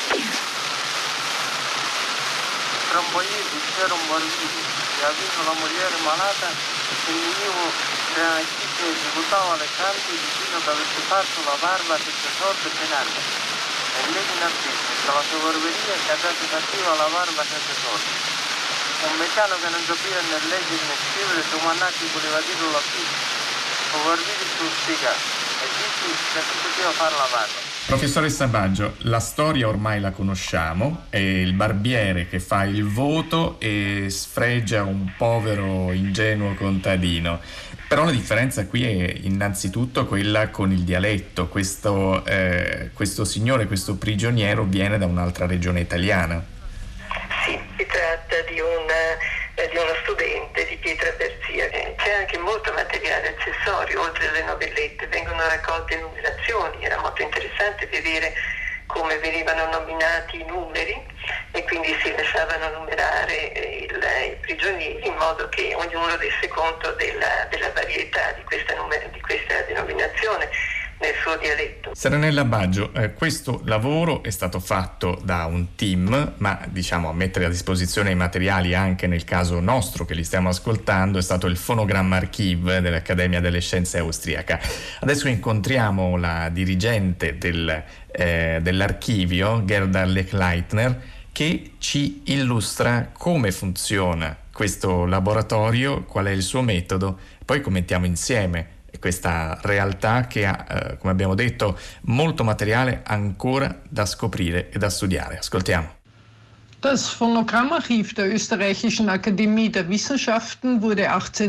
Tra un paese c'era un barbino che aveva una moglie malata e venivo tra chi che esecutava le canti vicino ad aversi fatto la barba senza sorte penale. E lei in attesa che la sua barberia cadesse cattiva la barba senza sorte. Un meccano che non sapeva né leggere né scrivere, domandati voleva dire la pizza. O barbini sul stiga e dici che si poteva fare la barba. Professoressa Baggio, la storia ormai la conosciamo, è il barbiere che fa il voto e sfregia un povero ingenuo contadino. Però la differenza qui è innanzitutto quella con il dialetto. Questo signore, questo prigioniero viene da un'altra regione italiana. Sì, si tratta di uno studente di Pietraperzia. C'è anche molto materiale accessorio, oltre alle novellette, vengono raccolte numerazioni, era molto interessante vedere come venivano nominati i numeri e quindi si lasciavano numerare i prigionieri in modo che ognuno desse conto della varietà di questa denominazione nel suo dialetto. Serenella Baggio, questo lavoro è stato fatto da un team, ma diciamo a mettere a disposizione i materiali anche nel caso nostro che li stiamo ascoltando è stato il Phonogramma Archiv dell'Accademia delle Scienze austriaca. Adesso incontriamo la dirigente dell'archivio, Gerda Lechleitner, che ci illustra come funziona questo laboratorio, qual è il suo metodo, poi commentiamo insieme questa realtà che ha, come abbiamo detto, molto materiale ancora da scoprire e da studiare. Ascoltiamo. Das Phonogrammarchiv der Österreichischen Akademie der Wissenschaften wurde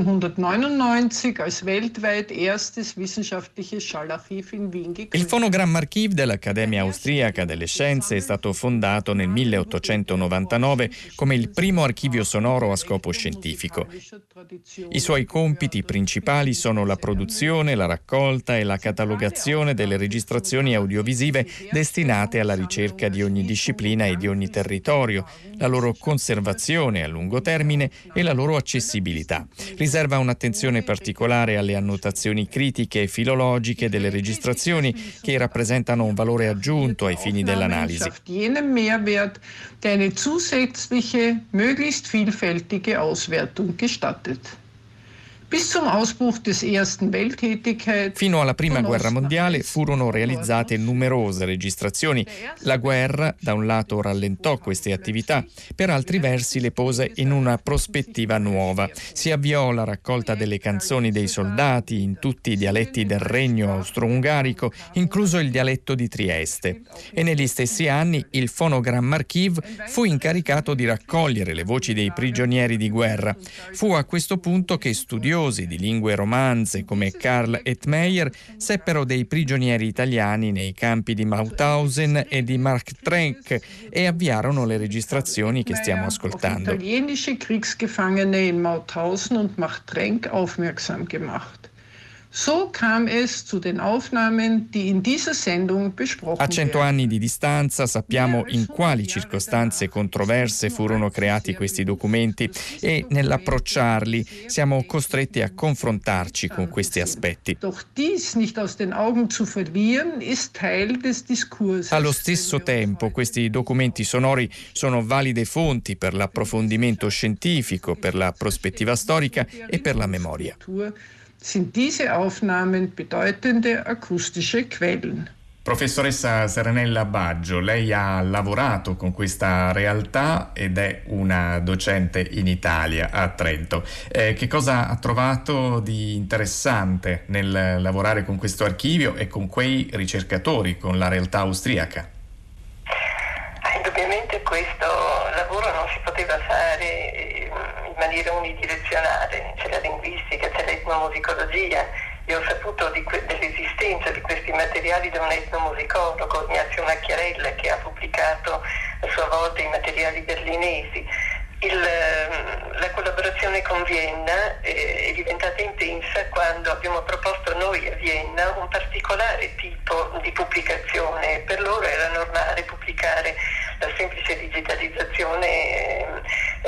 1899 als weltweit erstes wissenschaftliches Schallarchiv in Wien gegründet. Il Phonogrammarchiv dell'Accademia Austriaca delle Scienze è stato fondato nel 1899 come il primo archivio sonoro a scopo scientifico. I suoi compiti principali sono la produzione, la raccolta e la catalogazione delle registrazioni audiovisive destinate alla ricerca di ogni disciplina e di ogni territorio, la loro conservazione a lungo termine e la loro accessibilità. Riserva un'attenzione particolare alle annotazioni critiche e filologiche delle registrazioni che rappresentano un valore aggiunto ai fini dell'analisi. Jenem Mehrwert, der eine zusätzliche, möglichst vielfältige Auswertung gestattet. Fino alla Prima Guerra Mondiale furono realizzate numerose registrazioni. La guerra, da un lato, rallentò queste attività, per altri versi le pose in una prospettiva nuova. Si avviò la raccolta delle canzoni dei soldati in tutti i dialetti del Regno austro-ungarico, incluso il dialetto di Trieste. E negli stessi anni il Phonogrammarchiv fu incaricato di raccogliere le voci dei prigionieri di guerra. Fu a questo punto che studiosi di lingue romanze come Karl Ettmeyer seppero dei prigionieri italiani nei campi di Mauthausen e di Marktrenk e avviarono le registrazioni che stiamo ascoltando. Italienische Kriegsgefangene in Mauthausen und Marktrenk aufmerksam gemacht. So kam es zu den Aufnahmen, die in dieser Sendung besprochen A 100 anni di distanza sappiamo in quali circostanze controverse furono creati questi documenti e nell'approcciarli siamo costretti a confrontarci con questi aspetti. Doch dies nicht aus den Augen zu verlieren, ist Teil des Diskurses. Allo stesso tempo questi documenti sonori sono valide fonti per l'approfondimento scientifico, per la prospettiva storica e per la memoria. Sind diese Aufnahmen bedeutende akustische Quellen. Professoressa Serenella Baggio, lei ha lavorato con questa realtà ed è una docente in Italia, a Trento. Che cosa ha trovato di interessante nel lavorare con questo archivio e con quei ricercatori, con la realtà austriaca? Indubbiamente questo lavoro non si poteva fare in maniera unidirezionale, c'è la linguistica, c'è l'etnomusicologia. Io ho saputo dell'esistenza di questi materiali da un etnomusicologo, Ignazio Macchiarella, che ha pubblicato a sua volta i materiali berlinesi. La collaborazione con Vienna è diventata intensa quando abbiamo proposto noi a Vienna un particolare tipo di pubblicazione. Per loro era normale pubblicare la semplice digitalizzazione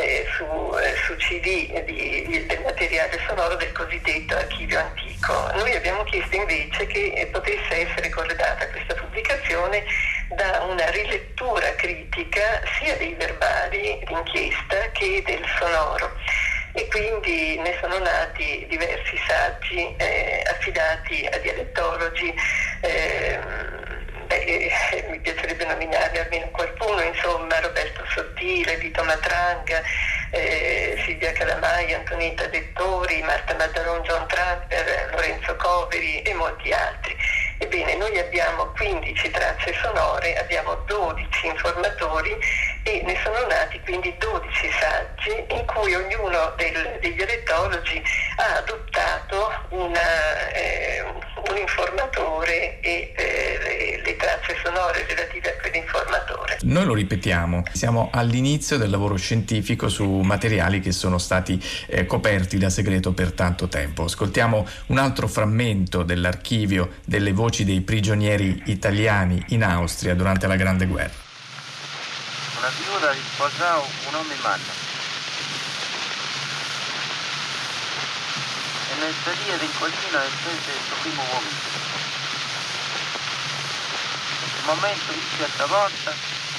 su CD del materiale sonoro del cosiddetto archivio antico. Noi abbiamo chiesto invece che potesse essere corredata questa pubblicazione da una rilettura critica sia dei verbali d'inchiesta che del sonoro, e quindi ne sono nati diversi saggi affidati a dialettologi. Mi piacerebbe nominarne almeno qualcuno, insomma, Roberto Sottile, Vito Matranga, Silvia Calamai, Antonietta Dettori, Marta Maddalon, John Trapper, Lorenzo Coveri e molti altri. Ebbene, noi abbiamo 15 tracce sonore, abbiamo 12 informatori e ne sono nati quindi 12 saggi in cui ognuno dei dialettologi ha adottato un informatore e le tracce sonore relative a quell'informatore. Noi lo ripetiamo, siamo all'inizio del lavoro scientifico su materiali che sono stati coperti da segreto per tanto tempo. Ascoltiamo un altro frammento dell'archivio delle voci dei prigionieri italiani in Austria durante la Grande Guerra. Una figura risposò un uomo in mano e nel salire in collina spese il suo primo vomito. Il momento in cui stavolta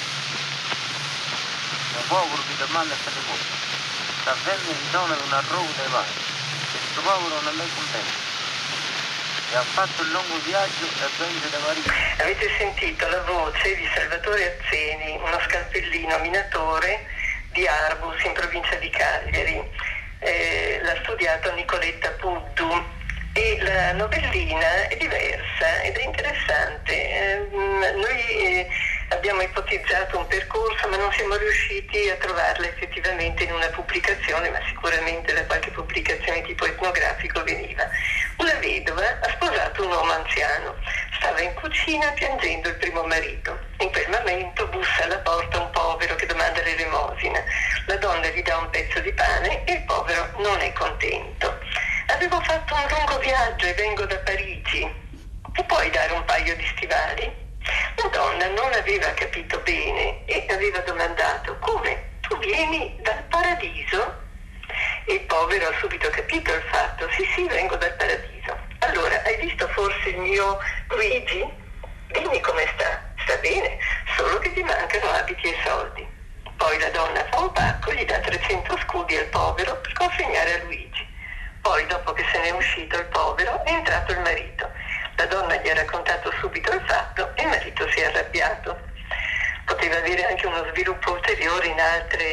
un povero vi domanda se le vuole. Sta avendo in zona di una roba dei mani. Questo povero non è contento. E ha fatto il lungo viaggio e vende da Marina. Avete sentito la voce di Salvatore Azzeni, uno scalpellino minatore di Arbus in provincia di Cagliari. L'ha studiato Nicoletta Puddu e la novellina è diversa ed è interessante. Noi abbiamo ipotizzato un percorso ma non siamo riusciti a trovarla effettivamente in una pubblicazione, ma sicuramente da qualche pubblicazione tipo etnografico veniva. Una vedova ha sposato un uomo anziano, stava in cucina piangendo il primo marito. In quel momento bussa alla porta un povero che domanda l'elemosina. La donna gli dà un pezzo di pane e il povero non è contento. Avevo fatto un lungo viaggio e vengo da Parigi. Mi puoi dare un paio di stivali? La donna non aveva capito bene e aveva domandato: come? Tu vieni dal paradiso? E il povero ha subito capito il fatto: sì, vengo dal paradiso. Allora, hai visto forse il mio Luigi? Dimmi come sta. Sta bene, solo che ti mancano abiti e soldi. Poi la donna fa un pacco, gli dà 300 scudi al povero per consegnare a Luigi. Poi poi, dopo che se n'è uscito il povero, è entrato il marito. La donna gli ha raccontato subito il fatto e il marito si è arrabbiato. Poteva avere anche uno sviluppo ulteriore in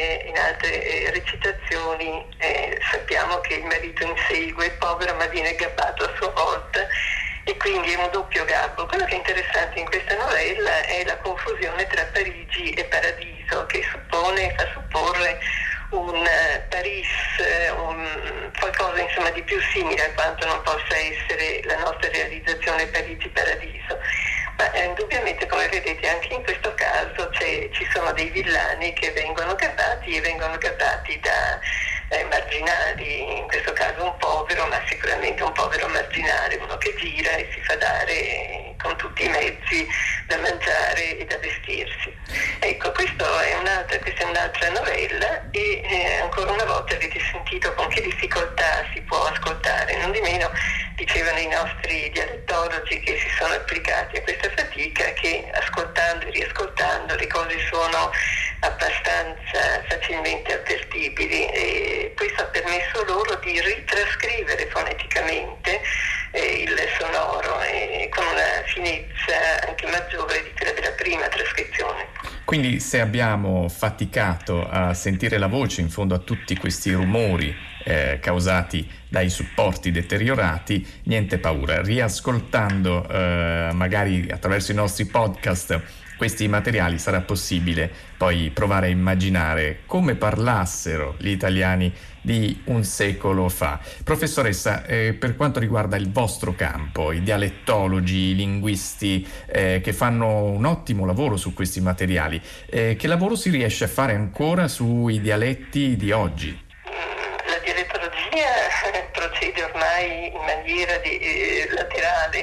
altre recitazioni. Sappiamo che il marito insegue il povero ma viene gabbato a sua volta, e quindi è un doppio gabbo. Quello che è interessante in questa novella è la confusione tra Parigi e Paradiso, che fa supporre un Paris, qualcosa insomma di più simile a quanto non possa essere la nostra realizzazione Parigi-Paradiso. Ma indubbiamente, come vedete, anche in questo caso ci sono dei villani che vengono gabbati da marginali, in questo caso un povero, ma sicuramente un povero marginale, uno che gira e si fa dare con tutti i mezzi da mangiare e da vestirsi. Ecco, questa è un'altra novella, e ancora una volta avete sentito con che difficoltà si può ascoltare. Non di meno dicevano i nostri dialettologi che si sono applicati a questa fatica, che ascoltando e riascoltando le cose sono abbastanza facilmente avvertibili, e questo ha permesso loro di ritrascrivere foneticamente il sonoro, con una finezza anche maggiore di quella della prima trascrizione. Quindi, se abbiamo faticato a sentire la voce in fondo a tutti questi rumori causati dai supporti deteriorati, niente paura, riascoltando magari attraverso i nostri podcast questi materiali sarà possibile poi provare a immaginare come parlassero gli italiani di un secolo fa. Professoressa, per quanto riguarda il vostro campo, i dialettologi, i linguisti che fanno un ottimo lavoro su questi materiali, che lavoro si riesce a fare ancora sui dialetti di oggi? La dialettologia procede ormai in maniera laterale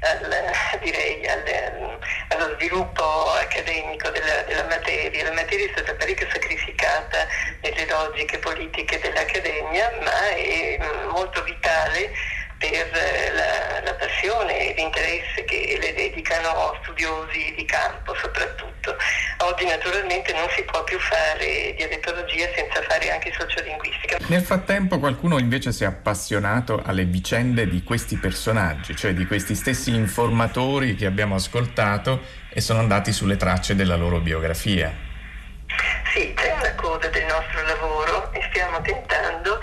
allo sviluppo accademico della materia. La materia è stata parecchio sacrificata nelle logiche politiche dell'accademia, ma è molto vitale per la passione e l'interesse che le dedicano studiosi di campo soprattutto. Oggi naturalmente non si può più fare dialettologia senza fare anche sociolinguistica. Nel frattempo qualcuno invece si è appassionato alle vicende di questi personaggi, cioè di questi stessi informatori che abbiamo ascoltato, e sono andati sulle tracce della loro biografia. Sì, c'è una coda del nostro lavoro e stiamo tentando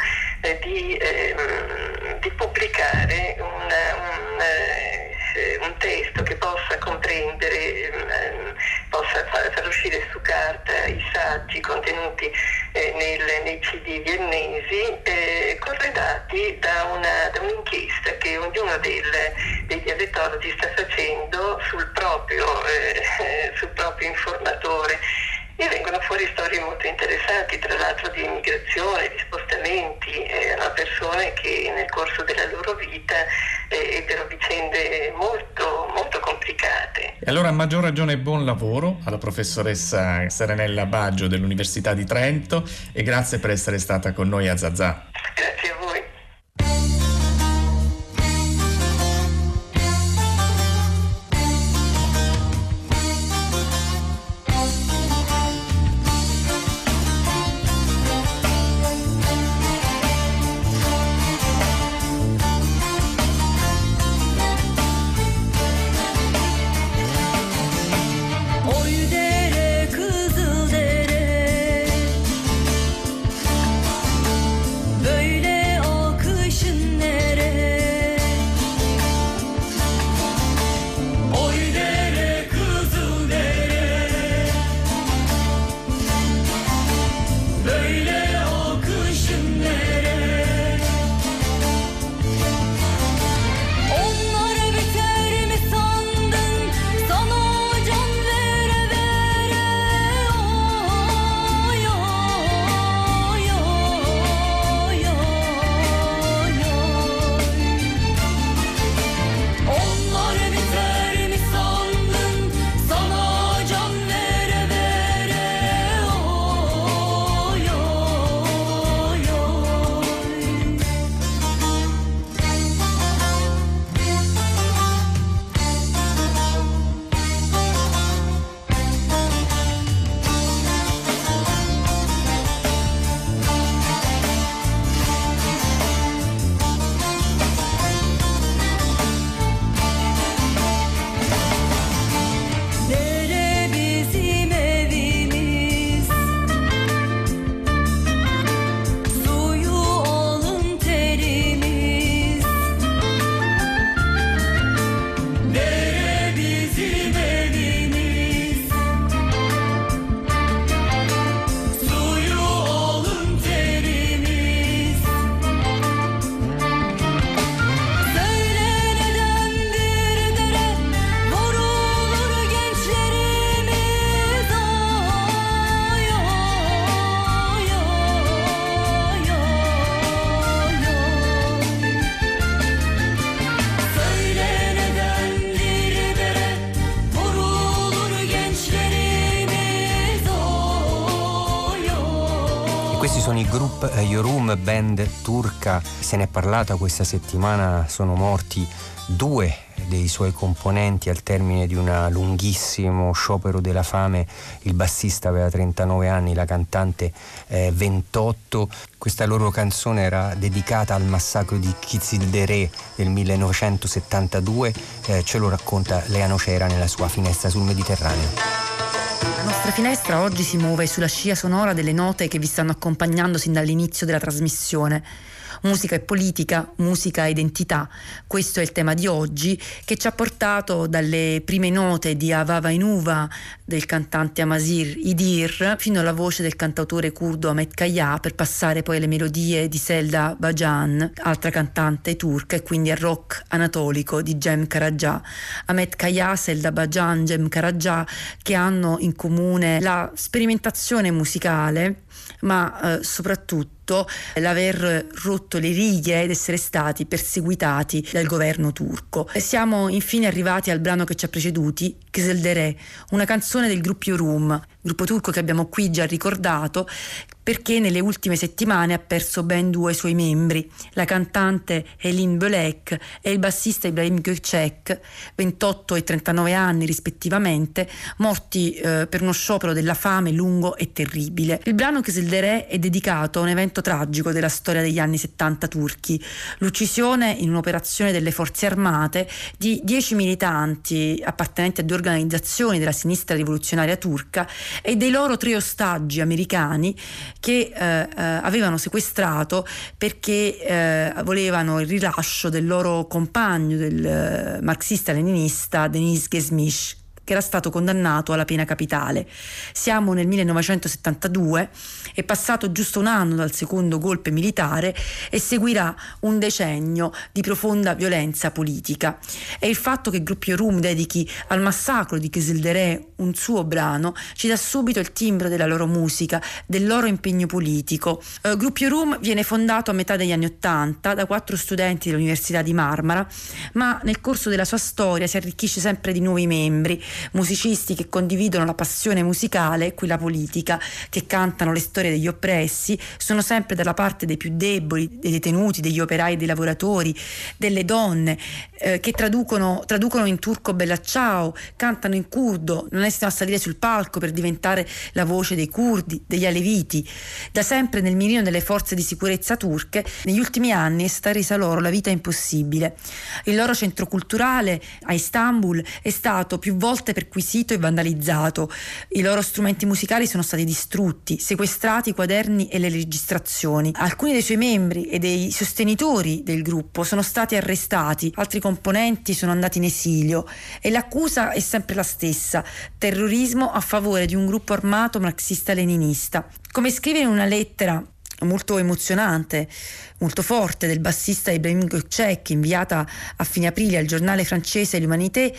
di pubblicare un testo che possa comprendere, possa far uscire su carta i saggi contenuti nei CD viennesi, corredati da un'inchiesta che ognuno dei dialettologi sta facendo sul proprio informatore. E vengono fuori storie molto interessanti, tra l'altro di immigrazione, di spostamenti, persone che nel corso della loro vita ebbero vicende molto, molto complicate. E allora, a maggior ragione, buon lavoro alla professoressa Serenella Baggio dell'Università di Trento, e grazie per essere stata con noi a Zazà. Grazie a voi. Böyle sono i Grup Yorum, band turca, se ne è parlata questa settimana, sono morti 2 dei suoi componenti al termine di un lunghissimo sciopero della fame. Il bassista aveva 39 anni, la cantante 28. Questa loro canzone era dedicata al massacro di Kızıldere del 1972, ce lo racconta Lea Nocera nella sua Finestra sul Mediterraneo. La nostra finestra oggi si muove sulla scia sonora delle note che vi stanno accompagnando sin dall'inizio della trasmissione. Musica e politica, musica e identità. Questo è il tema di oggi, che ci ha portato dalle prime note di Avava Inuva del cantante Amasir Idir fino alla voce del cantautore curdo Ahmet Kaya, per passare poi alle melodie di Selda Bajan, altra cantante turca, e quindi al rock anatolico di Cem Karaca. Ahmet Kaya, Selda Bajan, Cem Karaca, che hanno in comune la sperimentazione musicale, ma soprattutto l'aver rotto le righe ed essere stati perseguitati dal governo turco. E siamo infine arrivati al brano che ci ha preceduti, Kızıldere, una canzone del gruppo Yorum, gruppo turco che abbiamo qui già ricordato, perché nelle ultime settimane ha perso ben 2 suoi membri, la cantante Helin Bölek e il bassista Ibrahim Gökçek, 28 e 39 anni rispettivamente, morti per uno sciopero della fame lungo e terribile. Il brano Kızıldere è dedicato a un evento tragico della storia degli anni 70 turchi, l'uccisione in un'operazione delle forze armate di 10 militanti appartenenti a 2 organizzazioni della sinistra rivoluzionaria turca e dei loro 3 ostaggi americani che avevano sequestrato perché volevano il rilascio del loro compagno, del marxista-leninista Deniz Gezmiş, che era stato condannato alla pena capitale. Siamo nel 1972, è passato giusto un anno dal secondo golpe militare e seguirà un decennio di profonda violenza politica. E il fatto che il gruppo Yorum dedichi al massacro di Kızıldere un suo brano ci dà subito il timbro della loro musica, del loro impegno politico. Gruppo Yorum viene fondato a metà degli anni '80 da 4 studenti dell'Università di Marmara, ma nel corso della sua storia si arricchisce sempre di nuovi membri, musicisti che condividono la passione musicale e quella politica, che cantano le storie degli oppressi, sono sempre dalla parte dei più deboli, dei detenuti, degli operai, dei lavoratori, delle donne, che traducono in turco Bella Ciao, cantano in curdo, non esitano a salire sul palco per diventare la voce dei curdi, degli aleviti. Da sempre nel mirino delle forze di sicurezza turche, negli ultimi anni è stata resa loro la vita impossibile. Il loro centro culturale a Istanbul è stato più volte perquisito e vandalizzato, i loro strumenti musicali sono stati distrutti, sequestrati i quaderni e le registrazioni. Alcuni dei suoi membri e dei sostenitori del gruppo sono stati arrestati, altri componenti sono andati in esilio e l'accusa è sempre la stessa: terrorismo a favore di un gruppo armato marxista-leninista. Come scrive in una lettera molto emozionante, molto forte, del bassista Ibrahim Gökçek, inviata a fine aprile al giornale francese L'Humanité,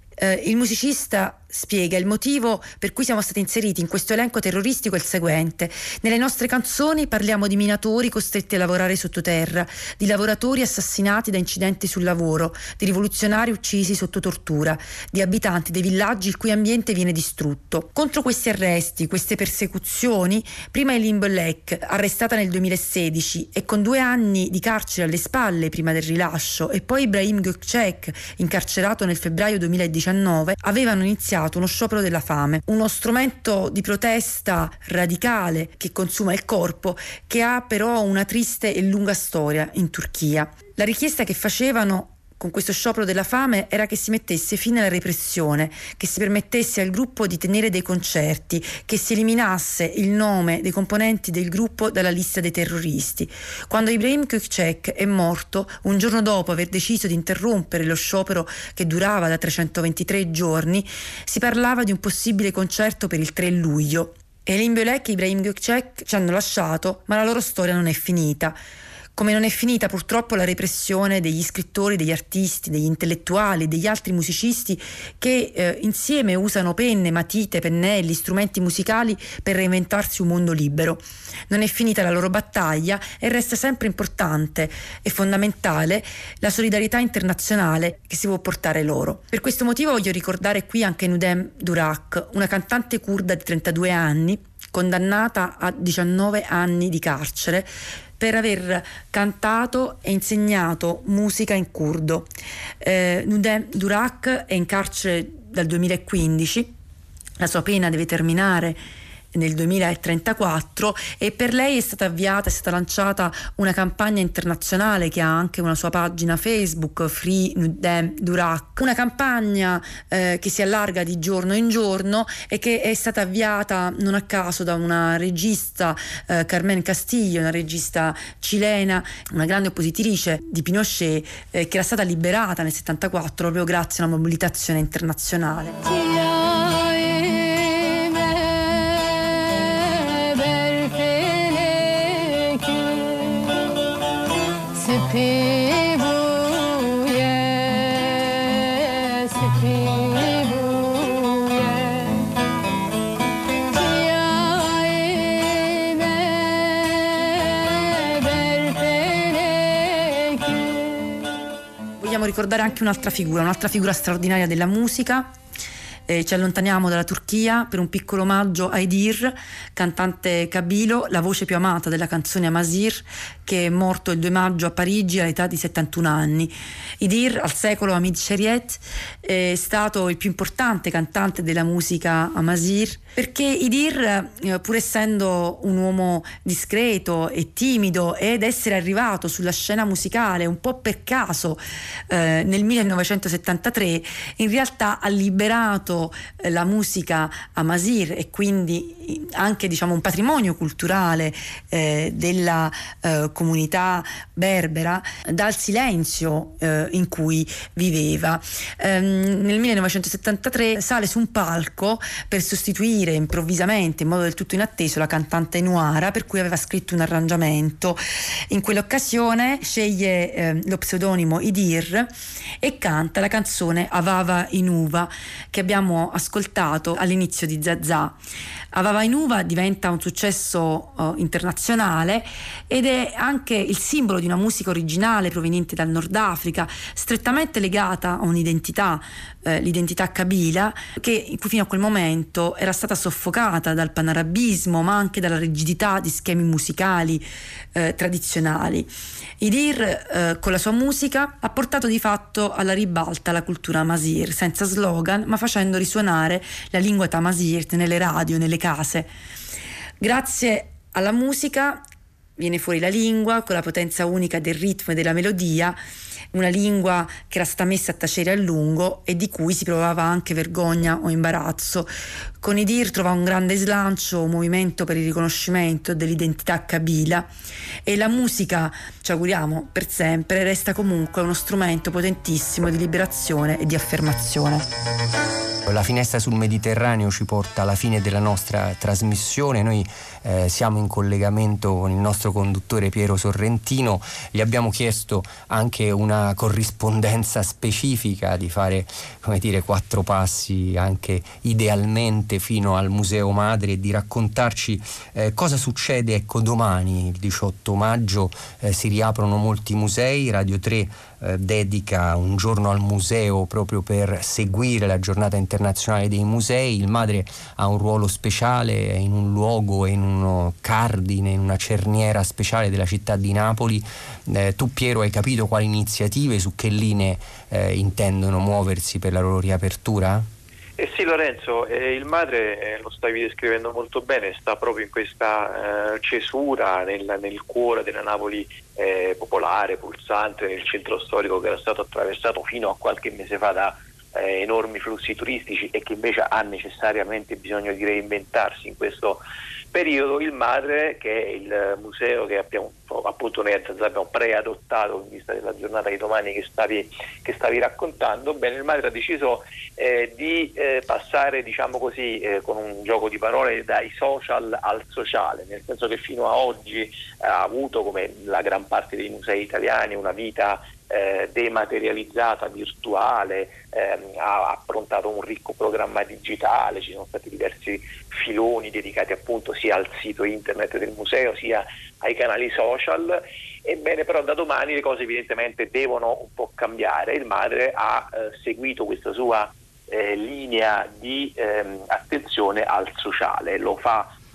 il musicista spiega: il motivo per cui siamo stati inseriti in questo elenco terroristico è il seguente: nelle nostre canzoni parliamo di minatori costretti a lavorare sottoterra, di lavoratori assassinati da incidenti sul lavoro, di rivoluzionari uccisi sotto tortura, di abitanti dei villaggi il cui ambiente viene distrutto. Contro questi arresti, queste persecuzioni, prima Helin Bölek, arrestata nel 2016 e con 2 anni di carcere alle spalle prima del rilascio, e poi Ibrahim Gökçek, incarcerato nel febbraio 2019, avevano iniziato uno sciopero della fame, uno strumento di protesta radicale che consuma il corpo, che ha però una triste e lunga storia in Turchia. La richiesta che facevano con questo sciopero della fame era che si mettesse fine alla repressione, che si permettesse al gruppo di tenere dei concerti, che si eliminasse il nome dei componenti del gruppo dalla lista dei terroristi. Quando Ibrahim Gökçek è morto, un giorno dopo aver deciso di interrompere lo sciopero che durava da 323 giorni, si parlava di un possibile concerto per il 3 luglio. Helin Bölek e Ibrahim Gökçek ci hanno lasciato, ma la loro storia non è finita. Come non è finita purtroppo la repressione degli scrittori, degli artisti, degli intellettuali, degli altri musicisti che insieme usano penne, matite, pennelli, strumenti musicali per reinventarsi un mondo libero. Non è finita la loro battaglia e resta sempre importante e fondamentale la solidarietà internazionale che si può portare loro. Per questo motivo voglio ricordare qui anche Nudem Durak, una cantante curda di 32 anni condannata a 19 anni di carcere per aver cantato e insegnato musica in curdo. Nudem Durak è in carcere dal 2015, la sua pena deve terminare nel 2034 e per lei è stata lanciata una campagna internazionale che ha anche una sua pagina Facebook, Free Nudem Durak, una campagna che si allarga di giorno in giorno e che è stata avviata non a caso da una regista, Carmen Castillo, una regista cilena, una grande oppositrice di Pinochet, che era stata liberata nel 74 proprio grazie a una mobilitazione internazionale. Vogliamo ricordare anche un'altra figura straordinaria della musica. Ci allontaniamo dalla Turchia per un piccolo omaggio a Idir, cantante kabilo, la voce più amata della canzone Amazigh, che è morto il 2 maggio a Parigi all'età di 71 anni. Idir, al secolo Hamid Sheriat, è stato il più importante cantante della musica Amazigh, perché Idir, pur essendo un uomo discreto e timido ed essere arrivato sulla scena musicale un po' per caso nel 1973, in realtà ha liberato la musica Amazigh e quindi anche un patrimonio culturale della comunità berbera dal silenzio in cui viveva. Nel 1973 sale su un palco per sostituire improvvisamente, in modo del tutto inatteso, la cantante Nuara, per cui aveva scritto un arrangiamento. In quell'occasione sceglie lo pseudonimo Idir e canta la canzone Avava Inuva, che abbiamo ascoltato all'inizio di Zazà. Avava Inuva diventa un successo internazionale ed è anche il simbolo di una musica originale proveniente dal Nord Africa, strettamente legata a un'identità, l'identità kabila, che fino a quel momento era stata soffocata dal panarabismo, ma anche dalla rigidità di schemi musicali tradizionali. Idir con la sua musica ha portato di fatto alla ribalta la cultura Amazigh, senza slogan, ma facendo risuonare la lingua Tamazigh nelle radio, nelle case. Grazie alla musica viene fuori la lingua con la potenza unica del ritmo e della melodia, una lingua che era stata messa a tacere a lungo e di cui si provava anche vergogna o imbarazzo. Con Idir trova un grande slancio, un movimento per il riconoscimento dell'identità kabila, e la musica, ci auguriamo per sempre, resta comunque uno strumento potentissimo di liberazione e di affermazione. La finestra sul Mediterraneo ci porta alla fine della nostra trasmissione. Noi siamo in collegamento con il nostro conduttore Piero Sorrentino. Gli abbiamo chiesto anche una corrispondenza specifica, di fare, 4 passi anche idealmente fino al Museo Madre e di raccontarci cosa succede domani, il 18 maggio. Si riaprono molti musei. Radio 3 dedica un giorno al museo proprio per seguire la giornata internazionale dei musei. Il Madre ha un ruolo speciale in un luogo e in uno cardine, in una cerniera speciale della città di Napoli. Tu, Piero, hai capito quali iniziative, su che linee intendono muoversi per la loro riapertura? Sì, Lorenzo, il Madre, lo stavi descrivendo molto bene, sta proprio in questa cesura nel cuore della Napoli popolare, pulsante, nel centro storico che era stato attraversato fino a qualche mese fa da enormi flussi turistici e che invece ha necessariamente bisogno di reinventarsi in questo periodo. Il Madre, che è il museo che noi abbiamo preadottato in vista della giornata di domani che stavi raccontando, bene, il Madre ha deciso di passare, con un gioco di parole, dai social al sociale, nel senso che fino a oggi ha avuto, come la gran parte dei musei italiani, una vita dematerializzata, virtuale, ha approntato un ricco programma digitale, ci sono stati diversi filoni dedicati appunto sia al sito internet del museo sia ai canali social. Ebbene, però da domani le cose evidentemente devono un po' cambiare. Il Madre ha seguito questa sua linea di attenzione al sociale, lo fa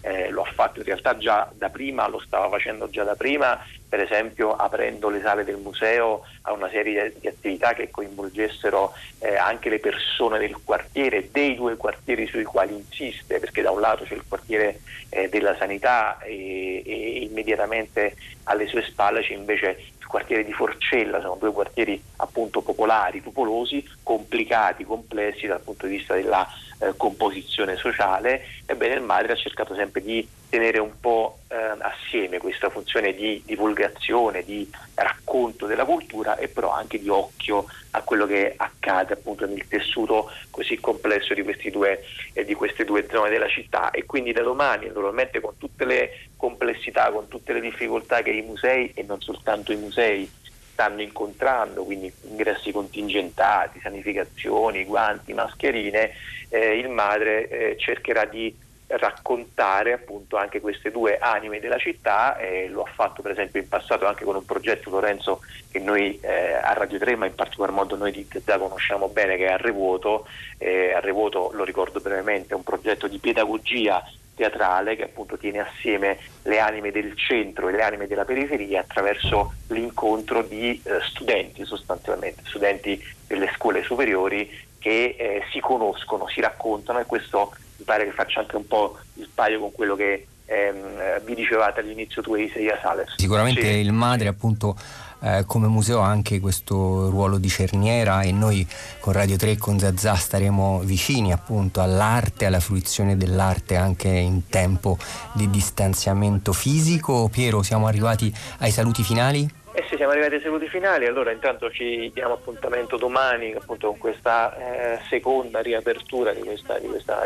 lo ha fatto in realtà già da prima, lo stava facendo già da prima, per esempio aprendo le sale del museo a una serie di attività che coinvolgessero anche le persone del quartiere, dei due quartieri sui quali insiste, perché da un lato c'è il quartiere della sanità e immediatamente alle sue spalle c'è invece il quartiere di Forcella. Sono due quartieri appunto popolari, popolosi, complicati, complessi dal punto di vista della composizione sociale. Ebbene, il Madre ha cercato sempre di tenere un po' assieme questa funzione di divulgazione, di racconto della cultura e però anche di occhio a quello che accade appunto nel tessuto così complesso di queste due zone della città. E quindi da domani, naturalmente, con tutte le complessità, con tutte le difficoltà che i musei e non soltanto i musei stanno incontrando, quindi ingressi contingentati, sanificazioni, guanti, mascherine, il Madre cercherà di raccontare appunto anche queste due anime della città. Lo ha fatto per esempio in passato anche con un progetto, Lorenzo, che noi a Radio 3, ma in particolar modo noi di Gazzà conosciamo bene, che è Arrevuoto. Arrevuoto, lo ricordo brevemente, è un progetto di pedagogia teatrale che appunto tiene assieme le anime del centro e le anime della periferia attraverso l'incontro di studenti, sostanzialmente studenti delle scuole superiori che si conoscono, si raccontano, e questo mi pare che faccia anche un po' il paio con quello che vi dicevate all'inizio tu e Isaia Sales. Sicuramente sì. Il Madre appunto come museo ha anche questo ruolo di cerniera, e noi con Radio 3 e con Zazà staremo vicini appunto all'arte, alla fruizione dell'arte anche in tempo di distanziamento fisico. Piero, siamo arrivati ai saluti finali? Sì, siamo arrivati ai saluti finali. Allora intanto ci diamo appuntamento domani appunto con questa seconda riapertura di questa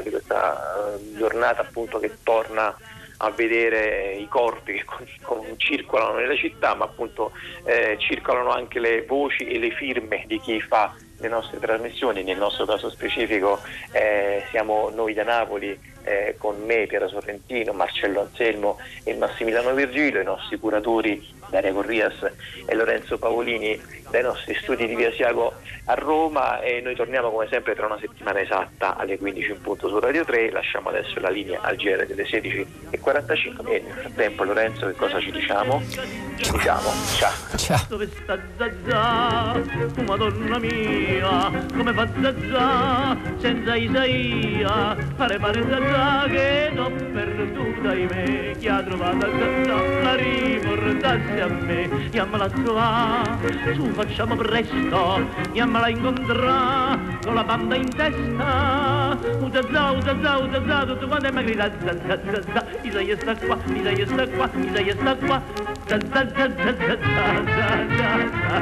giornata appunto che torna a vedere i corpi che circolano nella città, ma appunto circolano anche le voci e le firme di chi fa le nostre trasmissioni. Nel nostro caso specifico siamo noi da Napoli, con me, Piera Sorrentino, Marcello Anselmo e Massimiliano Virgilio, i nostri curatori Daria Corrias e Lorenzo Paolini dai nostri studi di Via Asiago a Roma, e noi torniamo come sempre tra una settimana esatta alle 15 in punto su Radio 3. Lasciamo adesso la linea al GR delle 16:45 e nel frattempo, Lorenzo, che cosa ci diciamo? Ci diciamo ciao. Dove sta Zazà? Madonna mia, come fa Zazà senza Isaia? Pare Zazà che l'ho perduta, ahimè. Chi ha trovato Zazà la riportassi a me. Chiamala qua, su facciamo presto, chiamala incontrà con la banda in testa. Zazà, tutto quanto mi grida Zazà, Isaia sta qua, Isaia sta qua, Isaia sta qua. Zazà, Zazà, Zazà, Zazà.